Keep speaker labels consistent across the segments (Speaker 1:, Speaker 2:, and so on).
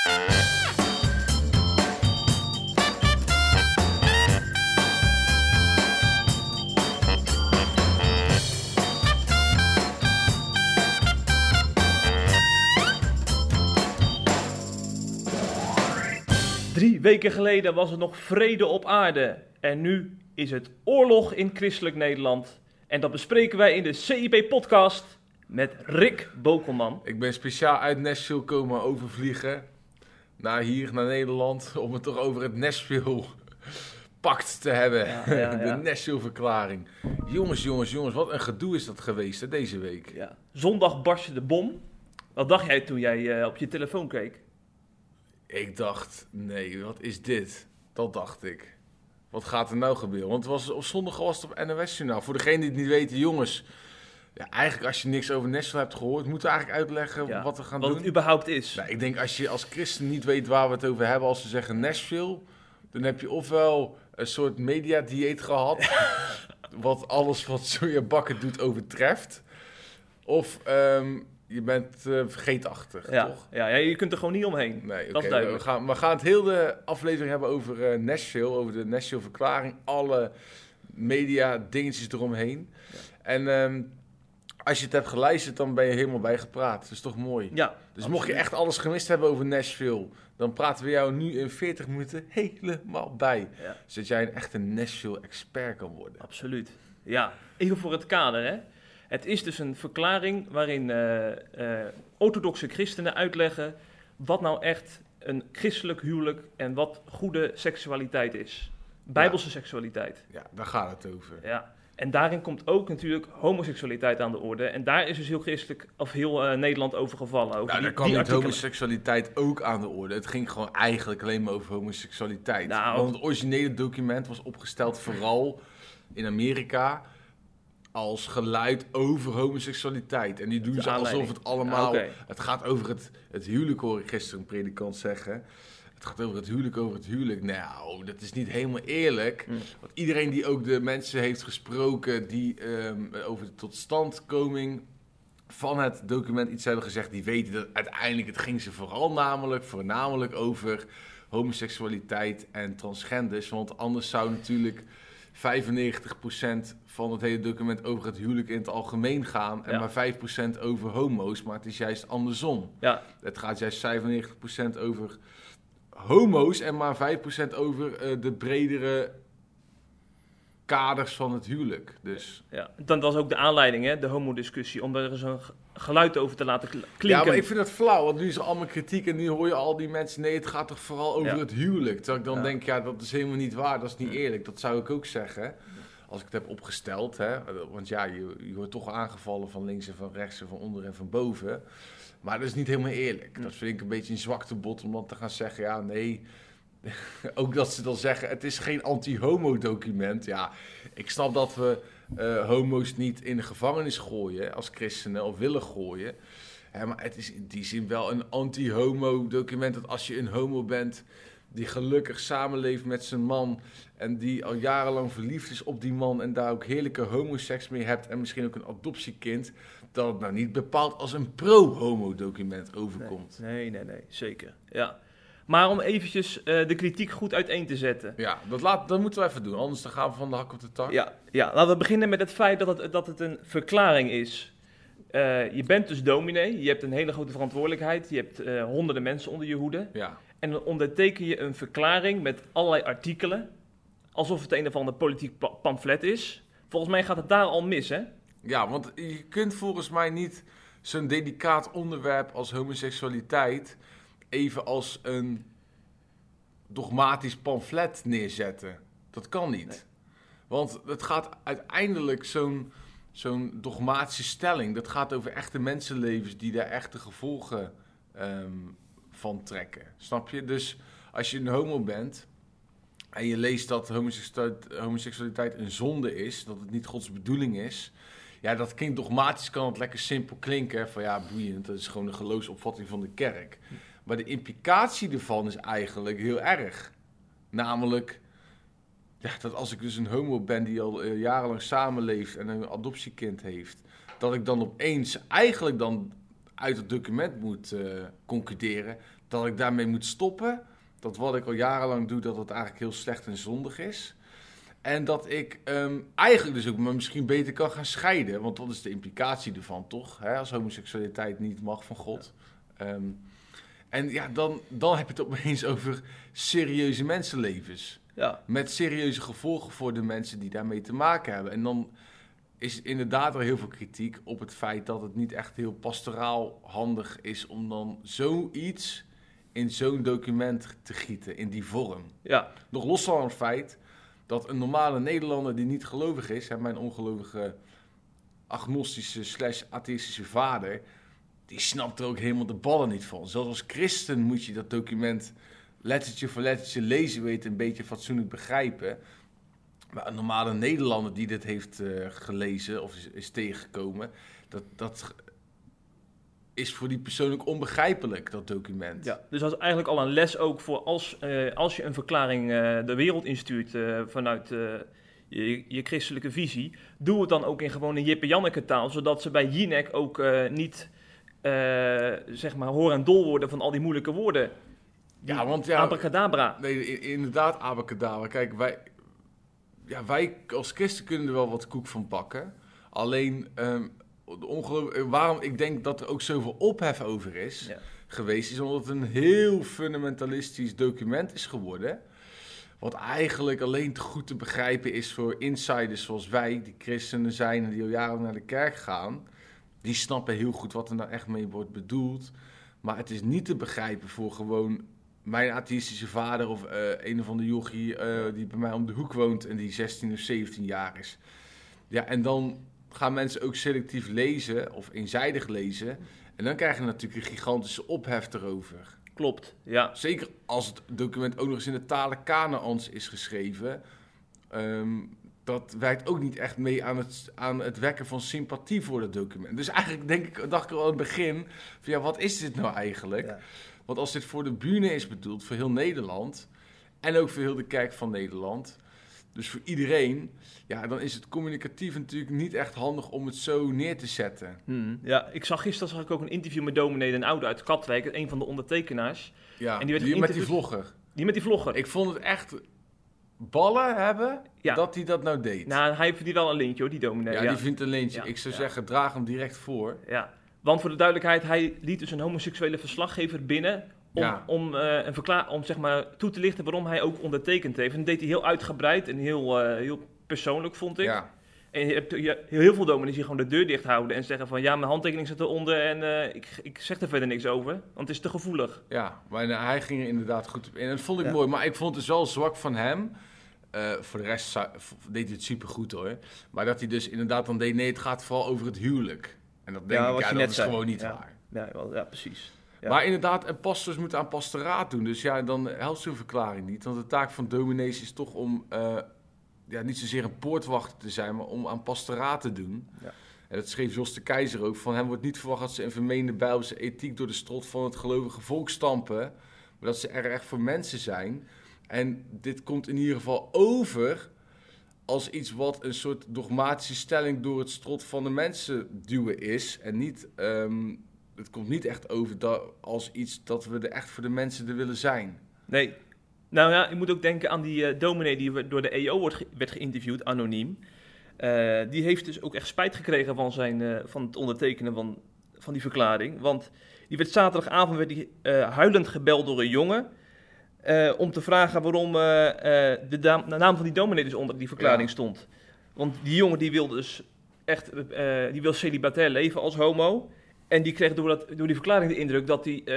Speaker 1: Drie weken geleden was er nog vrede op aarde en nu is het oorlog in christelijk Nederland. En dat bespreken wij in de CIP-podcast met Rick Bokelman.
Speaker 2: Ik ben speciaal uit Nashville komen overvliegen naar Nederland om het toch over het Nashville-pact te hebben.
Speaker 1: Ja.
Speaker 2: De Nashville-verklaring. Jongens, wat een gedoe is dat geweest hè, deze week.
Speaker 1: Ja. Zondag barstte de bom. Wat dacht jij toen jij op je telefoon keek?
Speaker 2: Ik dacht, nee, wat is dit? Dat dacht ik. Wat gaat er nou gebeuren? Want op zondag was het op NOS-journaal. Voor degenen die het niet weten, jongens. Ja, eigenlijk als je niks over Nashville hebt gehoord, moeten we eigenlijk uitleggen wat we gaan doen.
Speaker 1: Wat het überhaupt is.
Speaker 2: Nou, ik denk als je als christen niet weet waar we het over hebben als ze zeggen Nashville, dan heb je ofwel een soort mediadieet gehad, wat alles wat sojabakken doet overtreft. Of je bent vergeetachtig, toch?
Speaker 1: Ja, je kunt er gewoon niet omheen.
Speaker 2: Nee,
Speaker 1: dat is duidelijk.
Speaker 2: We gaan het hele aflevering hebben over Nashville, over de Nashville-verklaring. Alle media-dingetjes eromheen. Ja. En als je het hebt geluisterd, dan ben je helemaal bijgepraat. Dat is toch mooi?
Speaker 1: Ja,
Speaker 2: dus
Speaker 1: absoluut.
Speaker 2: Mocht je echt alles gemist hebben over Nashville, dan praten we jou nu in 40 minuten helemaal bij. Ja. Zodat jij een echte Nashville-expert kan worden.
Speaker 1: Absoluut. Ja, even voor het kader, hè. Het is dus een verklaring waarin orthodoxe christenen uitleggen wat nou echt een christelijk huwelijk en wat goede seksualiteit is. Bijbelse seksualiteit.
Speaker 2: Ja, daar gaat het over.
Speaker 1: Ja. En daarin komt ook natuurlijk homoseksualiteit aan de orde. En daar is dus heel christelijk of heel Nederland over gevallen. Over
Speaker 2: daar kwam niet homoseksualiteit ook aan de orde. Het ging gewoon eigenlijk alleen maar over homoseksualiteit. Want het originele document was opgesteld vooral in Amerika als geluid over homoseksualiteit. En die doen ze alsof het allemaal... Het gaat over het huwelijk, hoor ik gisteren een predikant zeggen. Het gaat over het huwelijk. Nou, dat is niet helemaal eerlijk. Want iedereen die ook de mensen heeft gesproken die over de totstandkoming van het document iets hebben gezegd, die weten dat uiteindelijk het ging ze voornamelijk over homoseksualiteit en transgenders. Want anders zou natuurlijk 95% van het hele document over het huwelijk in het algemeen gaan en maar 5% over homo's, maar het is juist andersom. Ja. Het gaat juist 95% over homo's en maar 5% over de bredere kaders van het huwelijk. Dus.
Speaker 1: Ja, dat was ook de aanleiding, hè, de homodiscussie, om er eens een geluid over te laten klinken.
Speaker 2: Ja, maar ik vind dat flauw, want nu is er allemaal kritiek en nu hoor je al die mensen, nee, het gaat toch vooral over het huwelijk. Terwijl ik dan denk, dat is helemaal niet waar, dat is niet eerlijk. Dat zou ik ook zeggen, als ik het heb opgesteld. Hè, want je wordt toch aangevallen van links en van rechts en van onder en van boven. Maar dat is niet helemaal eerlijk. Dat vind ik een beetje een zwaktebod om dan te gaan zeggen, nee. Ook dat ze dan zeggen, het is geen anti-homo-document. Ja, ik snap dat we homo's niet in de gevangenis gooien als christenen of willen gooien. Maar het is in die zin wel een anti-homo-document. Dat als je een homo bent die gelukkig samenleeft met zijn man en die al jarenlang verliefd is op die man en daar ook heerlijke homoseks mee hebt en misschien ook een adoptiekind, dat het nou niet bepaald als een pro-homo-document overkomt.
Speaker 1: Nee, zeker. Ja. Maar om eventjes de kritiek goed uiteen te zetten.
Speaker 2: Ja, dat moeten we even doen, anders dan gaan we van de hak op de tak.
Speaker 1: Ja, laten we beginnen met het feit dat het een verklaring is. Je bent dus dominee, je hebt een hele grote verantwoordelijkheid, je hebt honderden mensen onder je hoede. Ja. En dan onderteken je een verklaring met allerlei artikelen, alsof het een of ander politiek pamflet is. Volgens mij gaat het daar al mis, hè?
Speaker 2: Ja, want je kunt volgens mij niet zo'n delicaat onderwerp als homoseksualiteit even als een dogmatisch pamflet neerzetten. Dat kan niet. Nee. Want het gaat uiteindelijk zo'n dogmatische stelling, dat gaat over echte mensenlevens die daar echte gevolgen van trekken. Snap je? Dus als je een homo bent en je leest dat homoseksualiteit een zonde is, dat het niet Gods bedoeling is, ja, dat klinkt dogmatisch, kan het lekker simpel klinken, van boeiend, dat is gewoon een geloofsopvatting van de kerk. Maar de implicatie ervan is eigenlijk heel erg. Namelijk, dat als ik dus een homo ben die al jarenlang samenleeft en een adoptiekind heeft, dat ik dan opeens eigenlijk uit het document moet concluderen, dat ik daarmee moet stoppen. Dat wat ik al jarenlang doe, dat het eigenlijk heel slecht en zondig is. En dat ik eigenlijk dus ook me misschien beter kan gaan scheiden. Want dat is de implicatie ervan, toch? Hè? Als homoseksualiteit niet mag van God. Ja. En ja, dan heb je het opeens over serieuze mensenlevens. Ja. Met serieuze gevolgen voor de mensen die daarmee te maken hebben. En dan is inderdaad er heel veel kritiek op het feit dat het niet echt heel pastoraal handig is om dan zoiets in zo'n document te gieten, in die vorm. Ja. Nog los van het feit dat een normale Nederlander die niet gelovig is, mijn ongelovige agnostische / atheïstische vader, die snapt er ook helemaal de ballen niet van. Zelfs als christen moet je dat document lettertje voor lettertje lezen, weten, een beetje fatsoenlijk begrijpen. Maar een normale Nederlander die dit heeft gelezen of is tegengekomen, dat is voor die persoon ook onbegrijpelijk, dat document.
Speaker 1: Ja, dus dat is eigenlijk al een les ook voor als je een verklaring de wereld instuurt vanuit je christelijke visie. Doe het dan ook in gewoon een Jippe-Janneke taal, zodat ze bij Jinek ook niet zeg maar hoor en dol worden van al die moeilijke woorden.
Speaker 2: Ja, want
Speaker 1: abracadabra.
Speaker 2: Nee, inderdaad abracadabra. Kijk, wij als christen kunnen er wel wat koek van pakken. Alleen, waarom ik denk dat er ook zoveel ophef over is geweest, is omdat het een heel fundamentalistisch document is geworden. Wat eigenlijk alleen te goed te begrijpen is voor insiders zoals wij, die christenen zijn en die al jaren naar de kerk gaan. Die snappen heel goed wat er nou echt mee wordt bedoeld. Maar het is niet te begrijpen voor gewoon mijn atheïstische vader of een of andere jochie die bij mij om de hoek woont en die 16 of 17 jaar is. Ja, en dan gaan mensen ook selectief lezen of eenzijdig lezen. En dan krijg je natuurlijk een gigantische ophef erover.
Speaker 1: Klopt, ja.
Speaker 2: Zeker als het document ook nog eens in de talen Kanaans is geschreven. Dat werkt ook niet echt mee aan het wekken van sympathie voor dat document. Dus eigenlijk dacht ik al aan het begin van wat is dit nou eigenlijk? Ja. Want als dit voor de bühne is bedoeld, voor heel Nederland en ook voor heel de kerk van Nederland, dus voor iedereen, dan is het communicatief natuurlijk niet echt handig om het zo neer te zetten.
Speaker 1: Ja, gisteren zag ik ook een interview met dominee Den Oude uit Katwijk, een van de ondertekenaars.
Speaker 2: Ja, en die met die vlogger.
Speaker 1: Die met die vlogger.
Speaker 2: Ik vond het echt ballen hebben dat hij dat nou deed.
Speaker 1: Nou, hij verdient wel een lintje hoor, die dominee.
Speaker 2: Ja, die vindt een lintje. Ik zou zeggen, draag hem direct voor.
Speaker 1: Ja, want voor de duidelijkheid, hij liet dus een homoseksuele verslaggever binnen om zeg maar toe te lichten waarom hij ook ondertekend heeft. En dat deed hij heel uitgebreid en heel persoonlijk, vond ik. Ja. En je hebt heel veel dominees die gewoon de deur dicht houden en zeggen van mijn handtekening zit eronder en ik zeg er verder niks over, want het is te gevoelig.
Speaker 2: Ja, maar hij ging er inderdaad goed op in en dat vond ik mooi. Maar ik vond het dus wel zwak van hem. Voor de rest deed hij het supergoed hoor. Maar dat hij dus inderdaad dan deed, nee, het gaat vooral over het huwelijk. En dat denk ik, dat is gewoon niet waar.
Speaker 1: Ja, precies. Ja.
Speaker 2: Maar inderdaad, en pastors moeten aan pastoraat doen. Dus dan helpt zo'n verklaring niet. Want de taak van dominees is toch om niet zozeer een poortwachter te zijn, maar om aan pastoraat te doen. Ja. En dat schreef Jos de Keizer ook. Van hem wordt niet verwacht dat ze een vermeende bijbelse ethiek door de strot van het gelovige volk stampen. Maar dat ze er echt voor mensen zijn. En dit komt in ieder geval over als iets wat een soort dogmatische stelling door het strot van de mensen duwen is. En niet, het komt niet echt over als iets dat we er echt voor de mensen er willen zijn.
Speaker 1: Nee. Nou ja, je moet ook denken aan die dominee die door de EO werd geïnterviewd, anoniem. Die heeft dus ook echt spijt gekregen van het ondertekenen van die verklaring. Want die werd zaterdagavond huilend gebeld door een jongen om te vragen waarom de naam van die dominee dus onder die verklaring stond. Want die jongen die wil dus echt die wil celibatair leven als homo. En die kreeg door die verklaring de indruk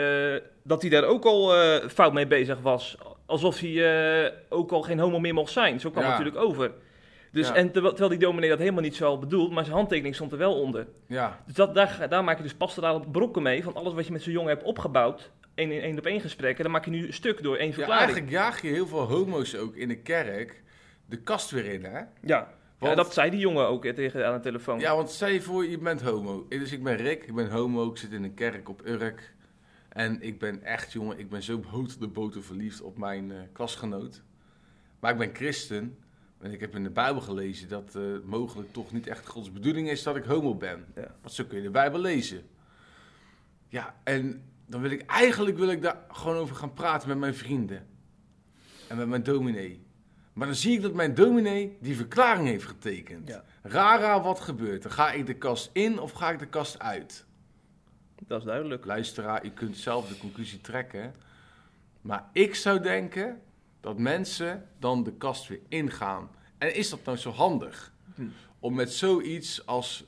Speaker 1: dat hij daar ook al fout mee bezig was. Alsof hij ook al geen homo meer mocht zijn. Zo kwam het natuurlijk over. Dus, en terwijl die dominee dat helemaal niet zo bedoeld, maar zijn handtekening stond er wel onder. Ja. Dus daar maak je dus pastorale brokken mee van alles wat je met zo'n jongen hebt opgebouwd. In 1-op-1 gesprekken, dan maak je nu stuk door één verklaring.
Speaker 2: Eigenlijk jaag je heel veel homo's ook in de kerk de kast weer in, hè?
Speaker 1: Ja. Want, dat zei die jongen ook tegen aan de telefoon.
Speaker 2: Ja, want stel je voor, je bent homo. Dus ik ben Rick, ik ben homo, ik zit in een kerk op Urk. En ik ben echt, jongen, ik ben zo de boter verliefd op mijn klasgenoot. Maar ik ben christen en ik heb in de Bijbel gelezen dat mogelijk toch niet echt Gods bedoeling is dat ik homo ben. Ja. Want zo kun je de Bijbel lezen. Ja, en dan wil ik daar gewoon over gaan praten met mijn vrienden. En met mijn dominee. Maar dan zie ik dat mijn dominee die verklaring heeft getekend. Ja. Rara, wat gebeurt er? Ga ik de kast in of ga ik de kast uit?
Speaker 1: Dat is duidelijk.
Speaker 2: Luisteraar, u kunt zelf de conclusie trekken. Maar ik zou denken dat mensen dan de kast weer ingaan. En is dat nou zo handig? Om met zoiets als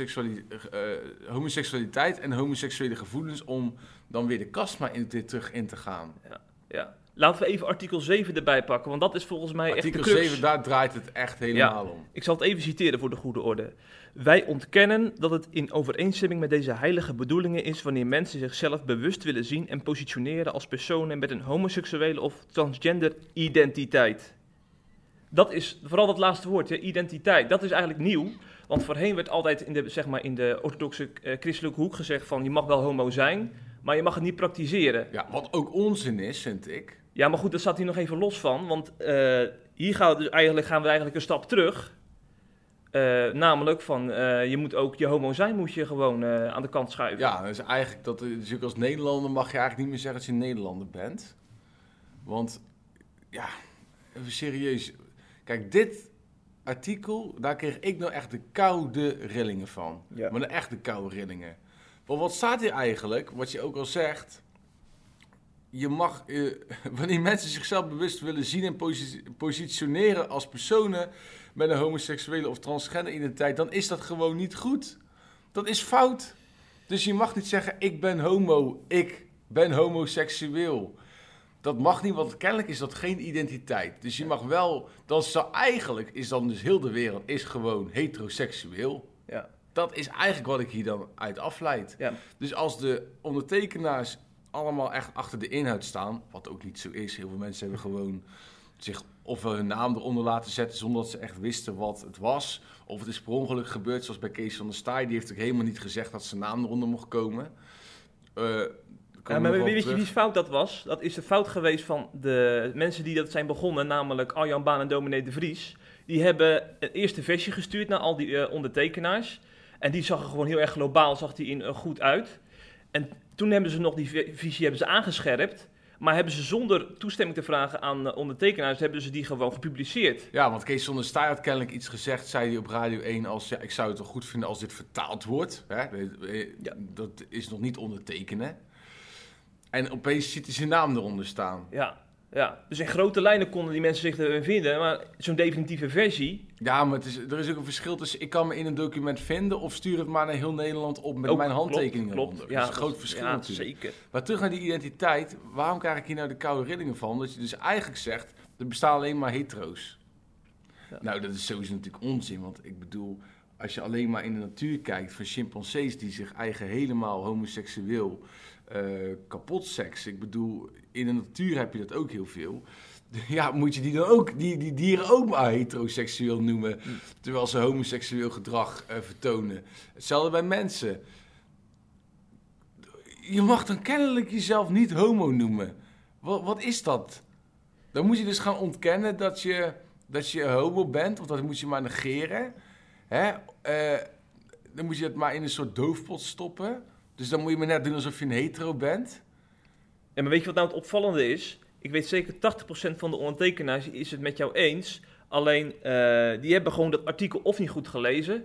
Speaker 2: homoseksualiteit en homoseksuele gevoelens... om dan weer de kast maar terug in te gaan.
Speaker 1: Ja. Laten we even artikel 7 erbij pakken, want dat is volgens mij
Speaker 2: artikel
Speaker 1: echt de crux.
Speaker 2: 7, daar draait het echt helemaal om.
Speaker 1: Ik zal het even citeren voor de goede orde. Wij ontkennen dat het in overeenstemming met deze heilige bedoelingen is... wanneer mensen zichzelf bewust willen zien en positioneren als personen... met een homoseksuele of transgender identiteit. Dat is vooral dat laatste woord, identiteit. Dat is eigenlijk nieuw, want voorheen werd altijd in de orthodoxe christelijke hoek gezegd... van je mag wel homo zijn, maar je mag het niet praktiseren.
Speaker 2: Ja, wat ook onzin is, vind ik.
Speaker 1: Ja, maar goed, daar staat hier nog even los van. Want hier gaan we eigenlijk een stap terug. Namelijk van, je moet ook je homo zijn, moet je gewoon aan de kant schuiven.
Speaker 2: Ja, dus eigenlijk, dus ook als Nederlander mag je eigenlijk niet meer zeggen dat je een Nederlander bent. Want, ja, even serieus. Kijk, dit artikel, daar kreeg ik nou echt de koude rillingen van. Ja. Maar de echte koude rillingen. Want wat staat hier eigenlijk, wat je ook al zegt... Je mag, wanneer mensen zichzelf bewust willen zien en positioneren als personen met een homoseksuele of transgender identiteit, dan is dat gewoon niet goed. Dat is fout. Dus je mag niet zeggen, ik ben homo, ik ben homoseksueel. Dat mag niet, want kennelijk is dat geen identiteit. Dus je mag wel, eigenlijk is dan dus heel de wereld is gewoon heteroseksueel. Ja. Dat is eigenlijk wat ik hier dan uit afleid. Ja. Dus als de ondertekenaars allemaal echt achter de inhoud staan, wat ook niet zo is. Heel veel mensen hebben gewoon zich ofwel hun naam eronder laten zetten zonder dat ze echt wisten wat het was. Of het is per ongeluk gebeurd, zoals bij Kees van der Staaij. Die heeft ook helemaal niet gezegd dat zijn naam eronder mocht komen.
Speaker 1: Maar weet je wie fout dat was? Dat is de fout geweest van de mensen die dat zijn begonnen, namelijk Arjan Baan en dominee De Vries. Die hebben een eerste versie gestuurd naar al die ondertekenaars. En die zag er gewoon heel erg globaal goed uit. En toen hebben ze nog die visie aangescherpt. Maar hebben ze zonder toestemming te vragen aan ondertekenaars, hebben ze die gewoon gepubliceerd.
Speaker 2: Ja, want Kees van der Staaij had kennelijk iets gezegd, zei hij op Radio 1 als... Ja, ik zou het wel goed vinden als dit vertaald wordt. Hè? Ja. Dat is nog niet ondertekenen. En opeens ziet hij zijn naam eronder staan.
Speaker 1: Ja, dus in grote lijnen konden die mensen zich erin vinden, maar zo'n definitieve versie...
Speaker 2: Ja, maar er is ook een verschil tussen ik kan me in een document vinden of stuur het maar naar heel Nederland op met mijn handtekeningen eronder.
Speaker 1: Ja,
Speaker 2: dat is een groot verschil natuurlijk.
Speaker 1: Zeker.
Speaker 2: Maar terug naar die identiteit, waarom krijg ik hier nou de koude rillingen van? Dat je dus eigenlijk zegt, er bestaan alleen maar hetero's. Ja. Nou, dat is sowieso natuurlijk onzin, want ik bedoel... Als je alleen maar in de natuur kijkt van chimpansees die zich eigen helemaal homoseksueel kapot seksen. Ik bedoel, in de natuur heb je dat ook heel veel. Ja, moet je die dan ook, die dieren ook maar heteroseksueel noemen, terwijl ze homoseksueel gedrag vertonen. Hetzelfde bij mensen. Je mag dan kennelijk jezelf niet homo noemen. Wat is dat? Dan moet je dus gaan ontkennen dat je homo bent, of dat moet je maar negeren. Hè? Dan moet je het maar in een soort doofpot stoppen. Dus dan moet je maar net doen alsof je een hetero bent.
Speaker 1: Ja, maar weet je wat nou het opvallende is? Ik weet zeker 80% van de ondertekenaars is het met jou eens. Alleen, die hebben gewoon dat artikel of niet goed gelezen.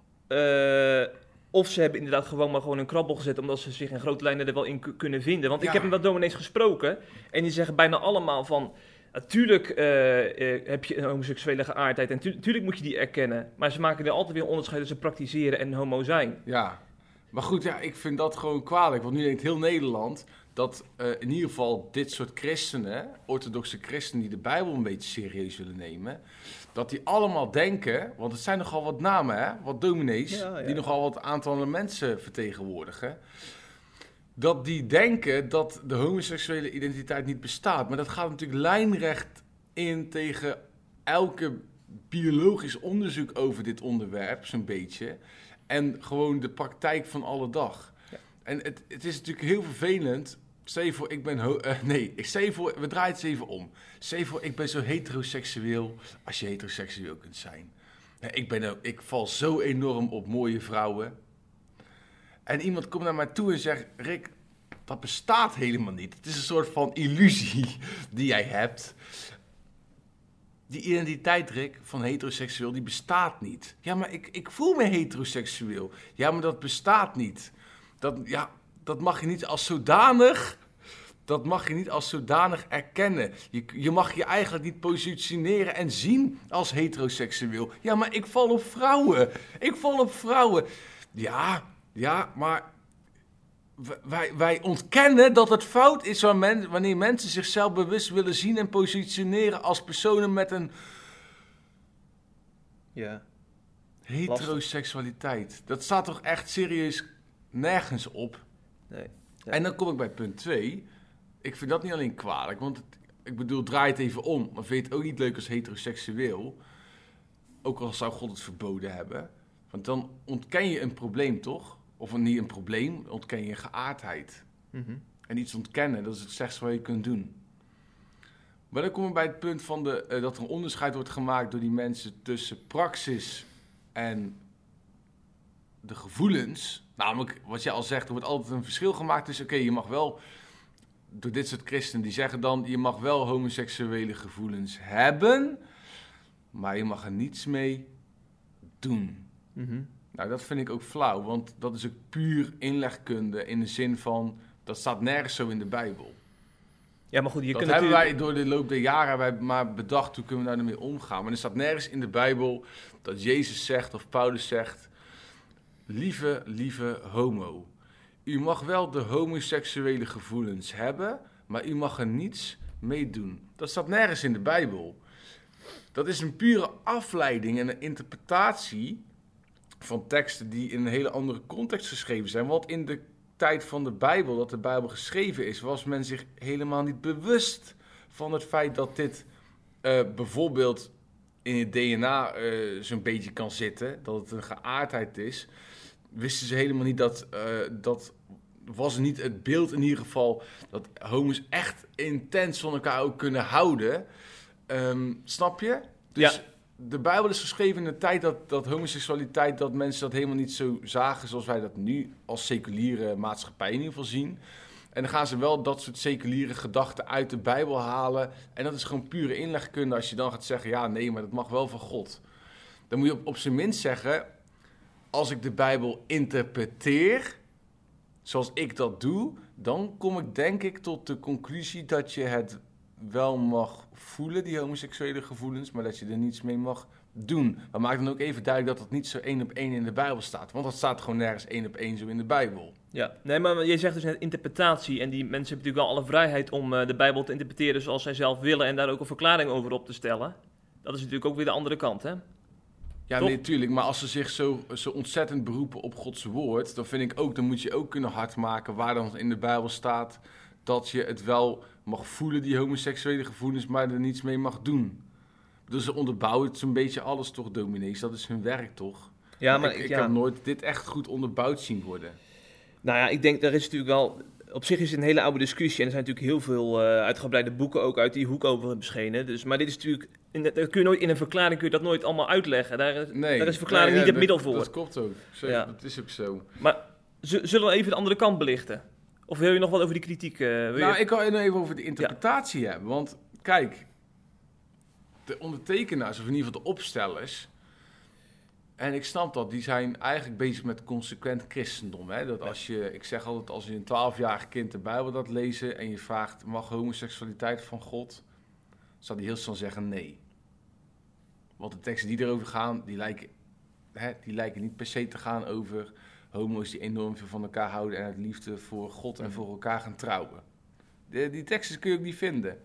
Speaker 1: Of ze hebben inderdaad gewoon een krabbel gezet, omdat ze zich in grote lijnen er wel in kunnen vinden. Want ik heb met dominees gesproken en die zeggen bijna allemaal van... Natuurlijk heb je een homoseksuele geaardheid en natuurlijk moet je die erkennen. Maar ze maken er altijd weer een onderscheid tussen praktiseren en homo zijn.
Speaker 2: Ja, maar goed, ja, ik vind dat gewoon kwalijk. Want nu denkt heel Nederland dat in ieder geval dit soort christenen, orthodoxe christenen die de Bijbel een beetje serieus willen nemen, dat die allemaal denken, want het zijn nogal wat namen, hè, wat dominees, die nogal wat aantallen mensen vertegenwoordigen, dat die denken dat de homoseksuele identiteit niet bestaat. Maar dat gaat natuurlijk lijnrecht in tegen elke biologisch onderzoek over dit onderwerp, zo'n beetje. En gewoon de praktijk van alle dag. Ja. En het is natuurlijk heel vervelend. Stel je voor, we draaien het even om. Stel je voor, ik ben zo heteroseksueel als je heteroseksueel kunt zijn. Ik val zo enorm op mooie vrouwen. En iemand komt naar mij toe en zegt, Rick, dat bestaat helemaal niet. Het is een soort van illusie die jij hebt. Die identiteit, Rick, van heteroseksueel, die bestaat niet. Ja, maar ik voel me heteroseksueel. Ja, maar dat bestaat niet. Dat mag je niet als zodanig... Dat mag je niet als zodanig erkennen. Je mag je eigenlijk niet positioneren en zien als heteroseksueel. Ja, maar ik val op vrouwen. Ik val op vrouwen. Ja, maar wij ontkennen dat het fout is wanneer mensen zichzelf bewust willen zien en positioneren als personen met een heteroseksualiteit. Dat staat toch echt serieus nergens op?
Speaker 1: Nee. Ja.
Speaker 2: En dan kom ik bij punt 2. Ik vind dat niet alleen kwalijk, want ik bedoel, draai het even om. Maar vind je het ook niet leuk als heteroseksueel? Ook al zou God het verboden hebben. Want dan ontken je een probleem, toch? Of niet een probleem, ontken je geaardheid.
Speaker 1: Mm-hmm.
Speaker 2: En iets ontkennen, dat is het slechtste wat je kunt doen. Maar dan komen we bij het punt van dat er een onderscheid wordt gemaakt door die mensen tussen praxis en de gevoelens. Namelijk, wat je al zegt, er wordt altijd een verschil gemaakt. Dus oké, je mag wel, door dit soort christenen, die zeggen dan, je mag wel homoseksuele gevoelens hebben, maar je mag er niets mee doen.
Speaker 1: Mm-hmm.
Speaker 2: Nou, dat vind ik ook flauw, want dat is ook puur inlegkunde in de zin van, dat staat nergens zo in de Bijbel.
Speaker 1: Ja, maar goed,
Speaker 2: dat hebben wij door de loop der jaren maar bedacht, hoe kunnen we daar mee omgaan. Maar er staat nergens in de Bijbel dat Jezus zegt of Paulus zegt, lieve homo, u mag wel de homoseksuele gevoelens hebben, maar u mag er niets mee doen. Dat staat nergens in de Bijbel. Dat is een pure afleiding en een interpretatie van teksten die in een hele andere context geschreven zijn. Want in de tijd van de Bijbel, dat de Bijbel geschreven is, was men zich helemaal niet bewust van het feit dat dit bijvoorbeeld in het DNA zo'n beetje kan zitten, dat het een geaardheid is. Wisten ze helemaal niet dat was niet het beeld in ieder geval, dat homo's echt intens van elkaar ook kunnen houden. Snap je? Dus ja. De Bijbel is geschreven in een tijd dat homoseksualiteit, dat mensen dat helemaal niet zo zagen zoals wij dat nu als seculiere maatschappij in ieder geval zien. En dan gaan ze wel dat soort seculiere gedachten uit de Bijbel halen. En dat is gewoon pure inlegkunde als je dan gaat zeggen, ja nee, maar dat mag wel van God. Dan moet je op zijn minst zeggen, als ik de Bijbel interpreteer, zoals ik dat doe, dan kom ik denk ik tot de conclusie dat je het wel mag voelen, die homoseksuele gevoelens, maar dat je er niets mee mag doen. Maar maak dan ook even duidelijk dat het niet zo 1 op 1 in de Bijbel staat. Want dat staat gewoon nergens 1 op 1 zo in de Bijbel.
Speaker 1: Ja, nee, maar je zegt dus net interpretatie. En die mensen hebben natuurlijk wel alle vrijheid om de Bijbel te interpreteren zoals zij zelf willen en daar ook een verklaring over op te stellen. Dat is natuurlijk ook weer de andere kant, hè?
Speaker 2: Ja, nee, tuurlijk. Maar als ze zich zo ontzettend beroepen op Gods woord, dan vind ik ook, dan moet je ook kunnen hardmaken waar dan in de Bijbel staat dat je het wel mag voelen, die homoseksuele gevoelens, maar er niets mee mag doen. Dus ze onderbouwen het zo'n beetje alles toch, dominees. Dat is hun werk toch?
Speaker 1: Ja, maar
Speaker 2: ik heb nooit dit echt goed onderbouwd zien worden.
Speaker 1: Nou ja, ik denk, er is natuurlijk wel, op zich is het een hele oude discussie en er zijn natuurlijk heel veel uitgebreide boeken ook uit die hoek over verschenen. Dus, maar dit is natuurlijk, dat kun je nooit in een verklaring kun je dat nooit allemaal uitleggen. Daar is verklaring niet het middel voor.
Speaker 2: Dat klopt ook. Ja. Dat is ook zo.
Speaker 1: Maar zullen we even de andere kant belichten? Of wil je nog wat over die kritiek?
Speaker 2: Ik wil even over de interpretatie hebben. Want kijk, de ondertekenaars, of in ieder geval de opstellers, en ik snap dat, die zijn eigenlijk bezig met consequent christendom. Hè? Dat als je, ik zeg altijd, als je een 12-jarig kind de Bijbel laat lezen en je vraagt, mag homoseksualiteit van God? Zal die heel snel zeggen nee. Want de teksten die erover gaan, die lijken niet per se te gaan over homo's die enorm veel van elkaar houden en uit liefde voor God en voor elkaar gaan trouwen. Die teksten kun je ook niet vinden.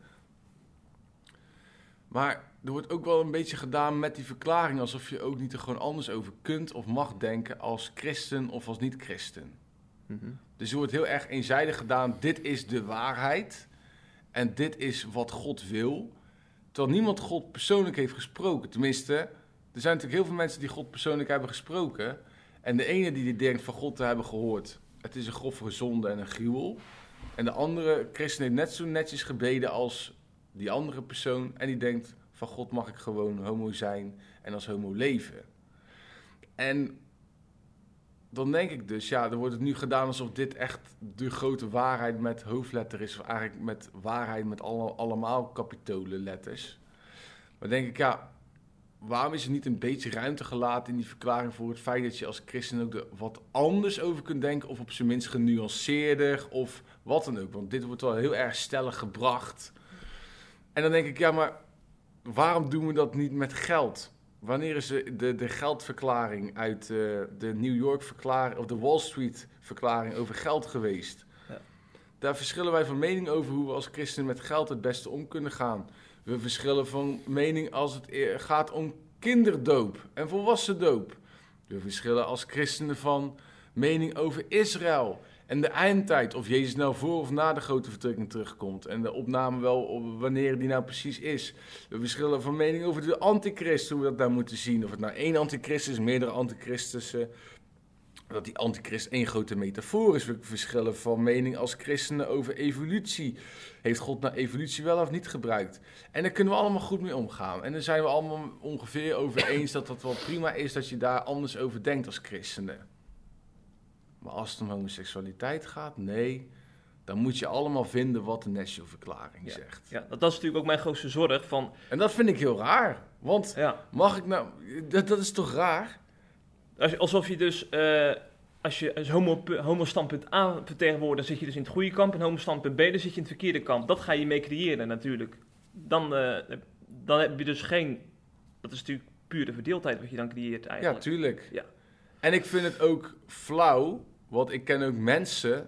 Speaker 2: Maar er wordt ook wel een beetje gedaan met die verklaring, alsof je ook niet er gewoon anders over kunt of mag denken als christen of als niet-christen. Mm-hmm. Dus er wordt heel erg eenzijdig gedaan, dit is de waarheid en dit is wat God wil. Terwijl niemand God persoonlijk heeft gesproken. Tenminste, er zijn natuurlijk heel veel mensen die God persoonlijk hebben gesproken. En de ene die denkt van God te hebben gehoord, het is een grove zonde en een gruwel. En de andere christen heeft net zo netjes gebeden als die andere persoon. En die denkt, van God mag ik gewoon homo zijn en als homo leven. En dan denk ik dus, ja, er wordt het nu gedaan alsof dit echt de grote waarheid met hoofdletter is. Of eigenlijk met waarheid met allemaal kapitolenletters. Maar denk ik, ja, waarom is er niet een beetje ruimte gelaten in die verklaring voor het feit dat je als christen ook er wat anders over kunt denken, of op zijn minst genuanceerder, of wat dan ook. Want dit wordt wel heel erg stellig gebracht. En dan denk ik, ja, maar waarom doen we dat niet met geld? Wanneer is de geldverklaring uit de New York verklaring of de Wall Street verklaring over geld geweest? Ja. Daar verschillen wij van mening over hoe we als christenen met geld het beste om kunnen gaan. We verschillen van mening als het gaat om kinderdoop en volwassendoop. We verschillen als christenen van mening over Israël en de eindtijd. Of Jezus nou voor of na de grote vertrekking terugkomt. En de opname wel, wanneer die nou precies is. We verschillen van mening over de antichrist, hoe we dat nou moeten zien. Of het nou één antichrist is, meerdere antichristussen. Dat die antichrist één grote metafoor is. We verschillen van mening als christenen over evolutie. Heeft God nou evolutie wel of niet gebruikt? En daar kunnen we allemaal goed mee omgaan. En daar zijn we allemaal ongeveer over eens dat het wel prima is dat je daar anders over denkt als christenen. Maar als het om homoseksualiteit gaat, nee, dan moet je allemaal vinden wat de National-verklaring zegt. Ja,
Speaker 1: dat is natuurlijk ook mijn grootste zorg.
Speaker 2: En dat vind ik heel raar. Want mag ik nou... Dat is toch raar?
Speaker 1: Alsof je dus... als je als homo-standpunt A vertegenwoordigt, dan zit je dus in het goede kamp. En homo-standpunt B, dan zit je in het verkeerde kamp. Dat ga je mee creëren natuurlijk. Dan heb je dus geen... Dat is natuurlijk pure verdeeldheid wat je dan creëert eigenlijk.
Speaker 2: Ja, tuurlijk. Ja. En ik vind het ook flauw, want ik ken ook mensen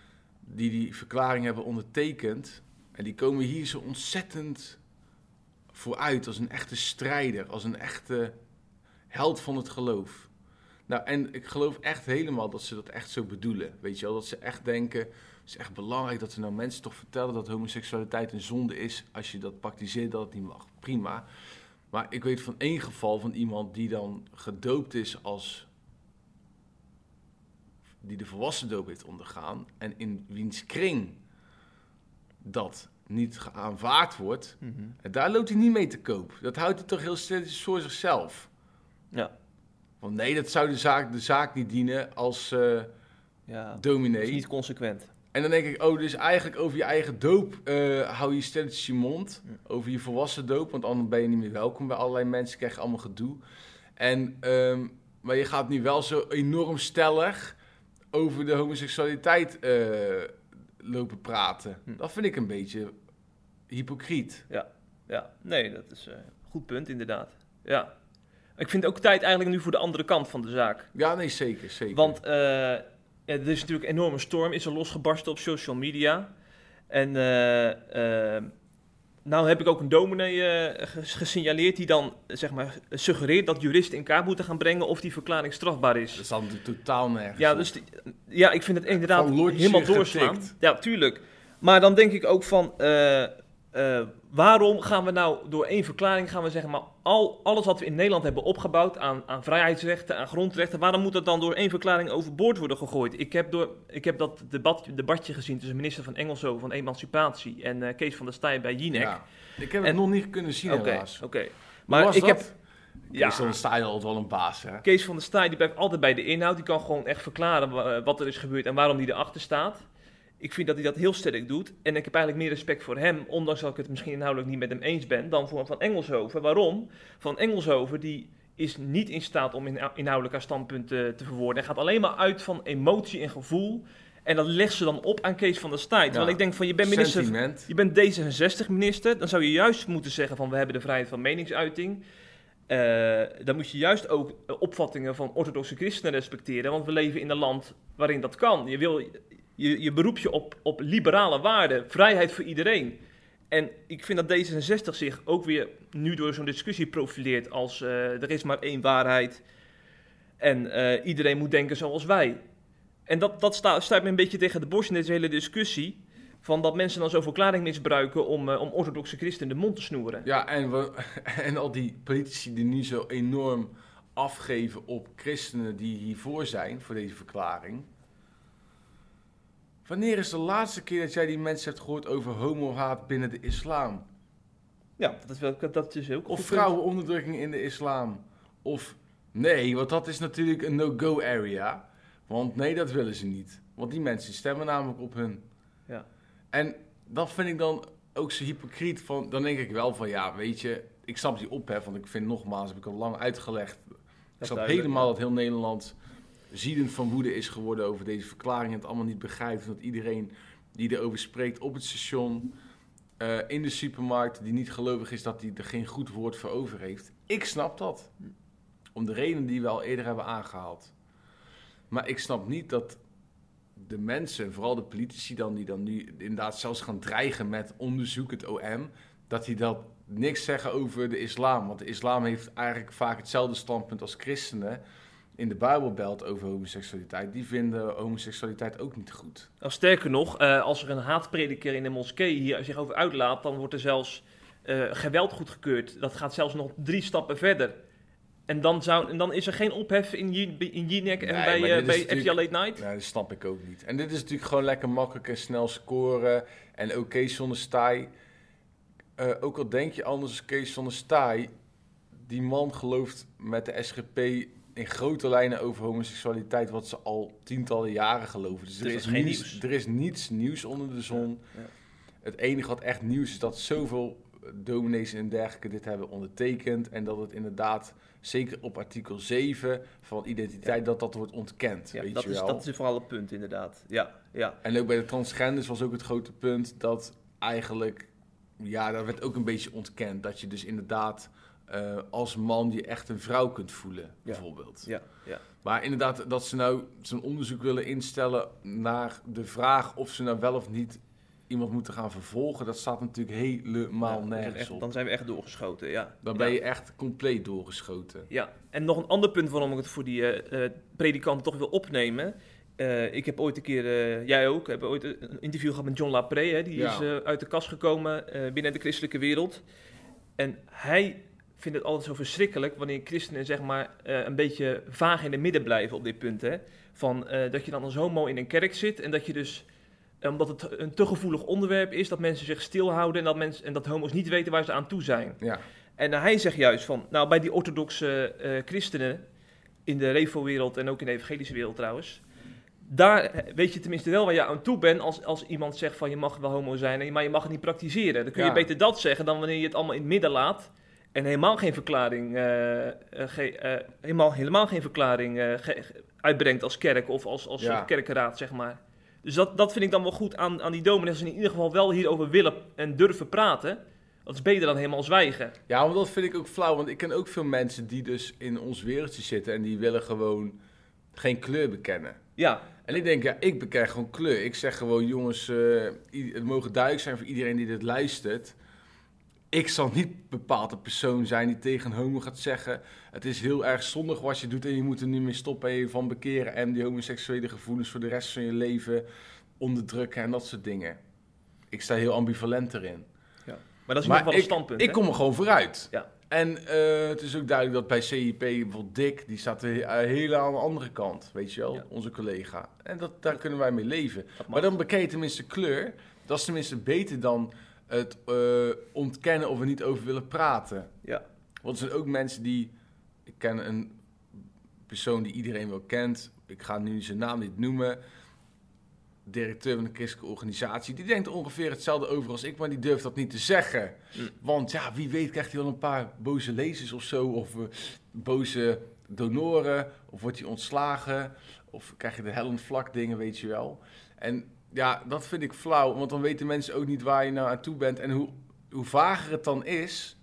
Speaker 2: die verklaring hebben ondertekend. En die komen hier zo ontzettend vooruit als een echte strijder, als een echte held van het geloof. Nou, en ik geloof echt helemaal dat ze dat echt zo bedoelen. Weet je wel, dat ze echt denken, het is echt belangrijk dat we nou mensen toch vertellen dat homoseksualiteit een zonde is. Als je dat praktiseert, dat het niet mag. Prima. Maar ik weet van één geval van iemand die dan gedoopt is als... die de volwassendoop heeft ondergaan en in wiens kring dat niet aanvaard wordt, en daar loopt hij niet mee te koop. Dat houdt hij toch heel stilletjes voor zichzelf.
Speaker 1: Ja.
Speaker 2: Want nee, dat zou de zaak niet dienen als dominee.
Speaker 1: Dat is niet consequent.
Speaker 2: En dan denk ik, dus eigenlijk over je eigen doop hou je stilletjes je mond. Ja. Over je volwassendoop, want anders ben je niet meer welkom bij allerlei mensen, krijg je allemaal gedoe. En, maar je gaat nu wel zo enorm stellig over de homoseksualiteit lopen praten. Dat vind ik een beetje hypocriet.
Speaker 1: Ja. Nee, dat is een goed punt inderdaad. Ja. Ik vind het ook tijd eigenlijk nu voor de andere kant van de zaak.
Speaker 2: Ja, nee, zeker.
Speaker 1: Want er is natuurlijk een enorme storm, is er losgebarsten op social media. En nou heb ik ook een dominee gesignaleerd die dan zeg maar suggereert dat juristen in kaart moeten gaan brengen of die verklaring strafbaar is.
Speaker 2: Dat is dan totaal nergens.
Speaker 1: Ja, dus ik vind het inderdaad helemaal doorslaan. Getikt. Ja, tuurlijk. Maar dan denk ik ook van, waarom gaan we nou door één verklaring gaan we zeggen, maar alles wat we in Nederland hebben opgebouwd aan vrijheidsrechten, aan grondrechten, waarom moet dat dan door één verklaring overboord worden gegooid? Ik heb dat debatje gezien tussen minister van Engelshoven van Emancipatie en Kees van der Staaij bij Jinek. Ja,
Speaker 2: ik heb het nog niet kunnen zien helaas.
Speaker 1: Oké. Maar ik heb...
Speaker 2: Kees van der Staaij altijd wel een baas, hè?
Speaker 1: Kees van der Staaij die blijft altijd bij de inhoud. Die kan gewoon echt verklaren wat er is gebeurd en waarom hij erachter staat. Ik vind dat hij dat heel sterk doet. En ik heb eigenlijk meer respect voor hem, ondanks dat ik het misschien inhoudelijk niet met hem eens ben, dan voor Van Engelshoven. Waarom? Van Engelshoven die is niet in staat om inhoudelijk haar standpunt te verwoorden. Hij gaat alleen maar uit van emotie en gevoel. En dat legt ze dan op aan Kees van der Staaij. Terwijl ik denk van, je bent minister, je bent D66-minister. Dan zou je juist moeten zeggen van, we hebben de vrijheid van meningsuiting. Dan moet je juist ook opvattingen van orthodoxe christenen respecteren. Want we leven in een land waarin dat kan. Je beroept je op liberale waarden, vrijheid voor iedereen. En ik vind dat D66 zich ook weer nu door zo'n discussie profileert als er is maar één waarheid en iedereen moet denken zoals wij. En dat staat me een beetje tegen de borst in deze hele discussie, van dat mensen dan zo'n verklaring misbruiken om orthodoxe christenen de mond te snoeren.
Speaker 2: Ja, en al die politici die nu zo enorm afgeven op christenen die hiervoor zijn, voor deze verklaring. Wanneer is de laatste keer dat jij die mensen hebt gehoord over homohaat binnen de islam?
Speaker 1: Ja, dat is ook...
Speaker 2: Of vrouwenonderdrukking in de islam. Of nee, want dat is natuurlijk een no-go area. Want nee, dat willen ze niet. Want die mensen stemmen namelijk op hun. Ja. En dat vind ik dan ook zo hypocriet. Dan denk ik wel van, ja, weet je, ik snap die ophef. Want ik vind nogmaals, heb ik al lang uitgelegd. Ik snap helemaal dat heel Nederland ziedend van woede is geworden over deze verklaring. En het allemaal niet begrijpt. Dat iedereen die erover spreekt op het station, in de supermarkt, die niet gelovig is, dat hij er geen goed woord voor over heeft. Ik snap dat. Om de reden die we al eerder hebben aangehaald. Maar ik snap niet dat de mensen, vooral de politici dan, die dan nu inderdaad zelfs gaan dreigen met onderzoek, het OM, dat die dat niks zeggen over de islam. Want de islam heeft eigenlijk vaak hetzelfde standpunt als christenen in de Bijbelbelt over homoseksualiteit. Die vinden homoseksualiteit ook niet goed.
Speaker 1: Sterker nog, als er een haatprediker in de moskee hier zich over uitlaat, dan wordt er zelfs geweld goedgekeurd. Dat gaat zelfs nog 3 stappen verder. En dan is er geen ophef in Jinek en bij RTL Late Night?
Speaker 2: Nee, dat snap ik ook niet. En dit is natuurlijk gewoon lekker makkelijk en snel scoren. En ook Kees zonder Staaij. Ook al denk je anders als Kees zonder Staaij, die man gelooft met de SGP in grote lijnen over homoseksualiteit, wat ze al tientallen jaren geloven. Dus er is niets nieuws onder de zon. Ja. Het enige wat echt nieuws is dat zoveel dominees en dergelijke dit hebben ondertekend. En dat het inderdaad, zeker op artikel 7 van identiteit, dat wordt ontkend.
Speaker 1: Ja,
Speaker 2: weet
Speaker 1: dat,
Speaker 2: je
Speaker 1: is,
Speaker 2: wel.
Speaker 1: Dat is vooral het punt, inderdaad. Ja.
Speaker 2: En ook bij de transgenders was ook het grote punt dat eigenlijk, ja, dat werd ook een beetje ontkend. Dat je dus inderdaad als man je echt een vrouw kunt voelen, bijvoorbeeld.
Speaker 1: Ja.
Speaker 2: Maar inderdaad, dat ze nou zo'n onderzoek willen instellen naar de vraag of ze nou wel of niet iemand moeten gaan vervolgen, dat staat natuurlijk helemaal nergens op.
Speaker 1: Dan zijn we echt doorgeschoten, ja.
Speaker 2: Dan ben je echt compleet doorgeschoten.
Speaker 1: Ja, en nog een ander punt waarom ik het voor die predikanten toch wil opnemen. Ik heb ooit een keer, jij ook, heb ooit een interview gehad met John Lapré. Die is uit de kast gekomen binnen de christelijke wereld. En hij vindt het altijd zo verschrikkelijk wanneer christenen zeg maar een beetje vaag in het midden blijven op dit punt. Hè? Van, dat je dan als homo in een kerk zit en dat je dus, omdat het een te gevoelig onderwerp is, dat mensen zich stilhouden en dat homo's niet weten waar ze aan toe zijn.
Speaker 2: Ja.
Speaker 1: En hij zegt juist van, nou bij die orthodoxe christenen in de revo-wereld en ook in de evangelische wereld trouwens, daar weet je tenminste wel waar je aan toe bent als iemand zegt van je mag wel homo zijn, maar je mag het niet praktiseren. Dan kun je beter dat zeggen dan wanneer je het allemaal in het midden laat en helemaal geen verklaring, helemaal geen verklaring uitbrengt als kerk of als kerkenraad, zeg maar. Dus dat vind ik dan wel goed aan die dominees, in ieder geval wel hierover willen en durven praten. Dat is beter dan helemaal zwijgen.
Speaker 2: Ja, maar dat vind ik ook flauw, want ik ken ook veel mensen die dus in ons wereldje zitten en die willen gewoon geen kleur bekennen.
Speaker 1: Ja.
Speaker 2: En ik denk, ik beken gewoon kleur. Ik zeg gewoon, jongens, het mogen duidelijk zijn voor iedereen die dit luistert. Ik zal niet bepaald de persoon zijn die tegen een homo gaat zeggen, het is heel erg zondig wat je doet en je moet er nu mee stoppen en je van bekeren en die homoseksuele gevoelens voor de rest van je leven onderdrukken en dat soort dingen. Ik sta heel ambivalent erin.
Speaker 1: Ja. Maar dat is in ieder geval een standpunt.
Speaker 2: Ik kom er gewoon vooruit.
Speaker 1: Ja.
Speaker 2: En het is ook duidelijk dat bij CIP bijvoorbeeld Dick, die staat helemaal aan de andere kant, weet je wel, onze collega. En daar kunnen wij mee leven. Maar dan beken je tenminste kleur. Dat is tenminste beter dan het ontkennen of er niet over willen praten.
Speaker 1: Ja.
Speaker 2: Want er zijn ook mensen die, ik ken een persoon die iedereen wel kent, ik ga nu zijn naam niet noemen, directeur van een christelijke organisatie, die denkt ongeveer hetzelfde over als ik, maar die durft dat niet te zeggen. Want ja, wie weet krijgt hij wel een paar boze lezers of zo, of boze donoren, of wordt hij ontslagen, of krijg je de hellend vlak dingen, weet je wel. En ja, dat vind ik flauw, want dan weten mensen ook niet waar je nou aan toe bent. En hoe vager het dan is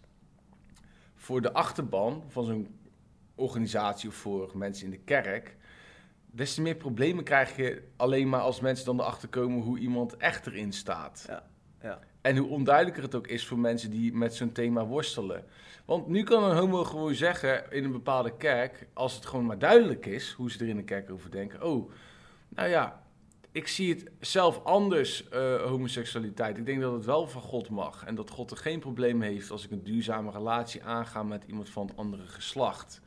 Speaker 2: voor de achterban van zo'n organisatie of voor mensen in de kerk, des te meer problemen krijg je alleen maar als mensen dan erachter komen hoe iemand echt erin staat.
Speaker 1: Ja.
Speaker 2: En hoe onduidelijker het ook is voor mensen die met zo'n thema worstelen. Want nu kan een homo gewoon zeggen in een bepaalde kerk, als het gewoon maar duidelijk is hoe ze er in de kerk over denken. Oh, nou ja, ik zie het zelf anders, homoseksualiteit. Ik denk dat het wel van God mag. En dat God er geen probleem heeft als ik een duurzame relatie aanga met iemand van het andere geslacht.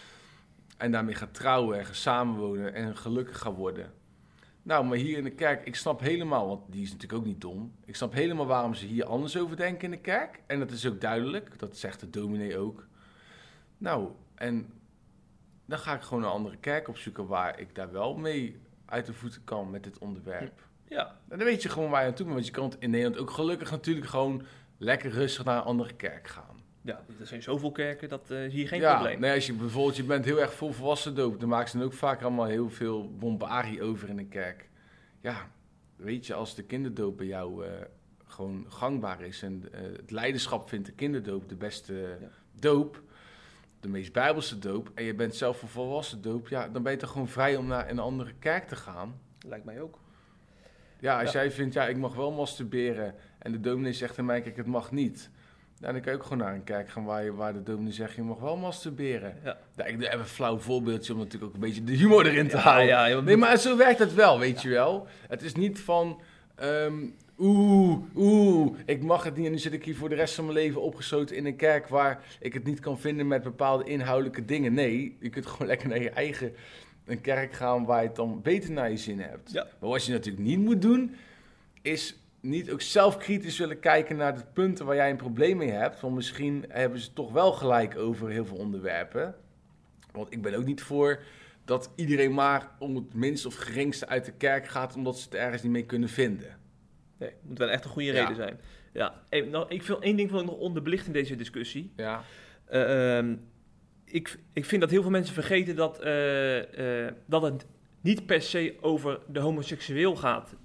Speaker 2: En daarmee ga trouwen en ga samenwonen en gelukkig ga worden. Nou, maar hier in de kerk, ik snap helemaal, want die is natuurlijk ook niet dom. Ik snap helemaal waarom ze hier anders over denken in de kerk. En dat is ook duidelijk, dat zegt de dominee ook. Nou, en dan ga ik gewoon een andere kerk opzoeken waar ik daar wel mee uit de voeten kan met dit onderwerp.
Speaker 1: Ja.
Speaker 2: En dan weet je gewoon waar je naartoe moet. Want je kan in Nederland ook gelukkig natuurlijk gewoon lekker rustig naar een andere kerk gaan.
Speaker 1: Ja, er zijn zoveel kerken, dat zie je geen probleem.
Speaker 2: Nee, als je bijvoorbeeld, je bent heel erg vol volwassen doop, dan maken ze dan ook vaak allemaal heel veel bombarie over in de kerk. Ja, weet je, als de kinderdoop bij jou gewoon gangbaar is en het leiderschap vindt de kinderdoop de beste doop, de meest bijbelse doop, en je bent zelf een volwassen doop, ja, dan ben je toch gewoon vrij om naar een andere kerk te gaan.
Speaker 1: Lijkt mij ook.
Speaker 2: Ja, als jij vindt, ik mag wel masturberen en de dominee zegt tegen mij, kijk, het mag niet. Nou, dan kan je ook gewoon naar een kerk gaan waar de dominee zegt, je mag wel masturberen. Ja. Ik doe even een flauw voorbeeldje om natuurlijk ook een beetje de humor erin te halen.
Speaker 1: Ja,
Speaker 2: nee, maar zo werkt het wel, weet je wel. Het is niet van, ik mag het niet en nu zit ik hier voor de rest van mijn leven opgesloten in een kerk waar ik het niet kan vinden met bepaalde inhoudelijke dingen. Nee, je kunt gewoon lekker naar je eigen een kerk gaan waar je het dan beter naar je zin hebt. Ja. Maar wat je natuurlijk niet moet doen, is niet ook zelf kritisch willen kijken naar de punten waar jij een probleem mee hebt. Want misschien hebben ze toch wel gelijk over heel veel onderwerpen. Want ik ben ook niet voor dat iedereen maar om het minst of geringste uit de kerk gaat, omdat ze het ergens niet mee kunnen vinden.
Speaker 1: Nee, het moet wel echt een goede reden zijn. Ja. Ik vind één ding nog onderbelicht in deze discussie.
Speaker 2: Ja.
Speaker 1: Ik vind dat heel veel mensen vergeten dat het niet per se over de homoseksueel gaat.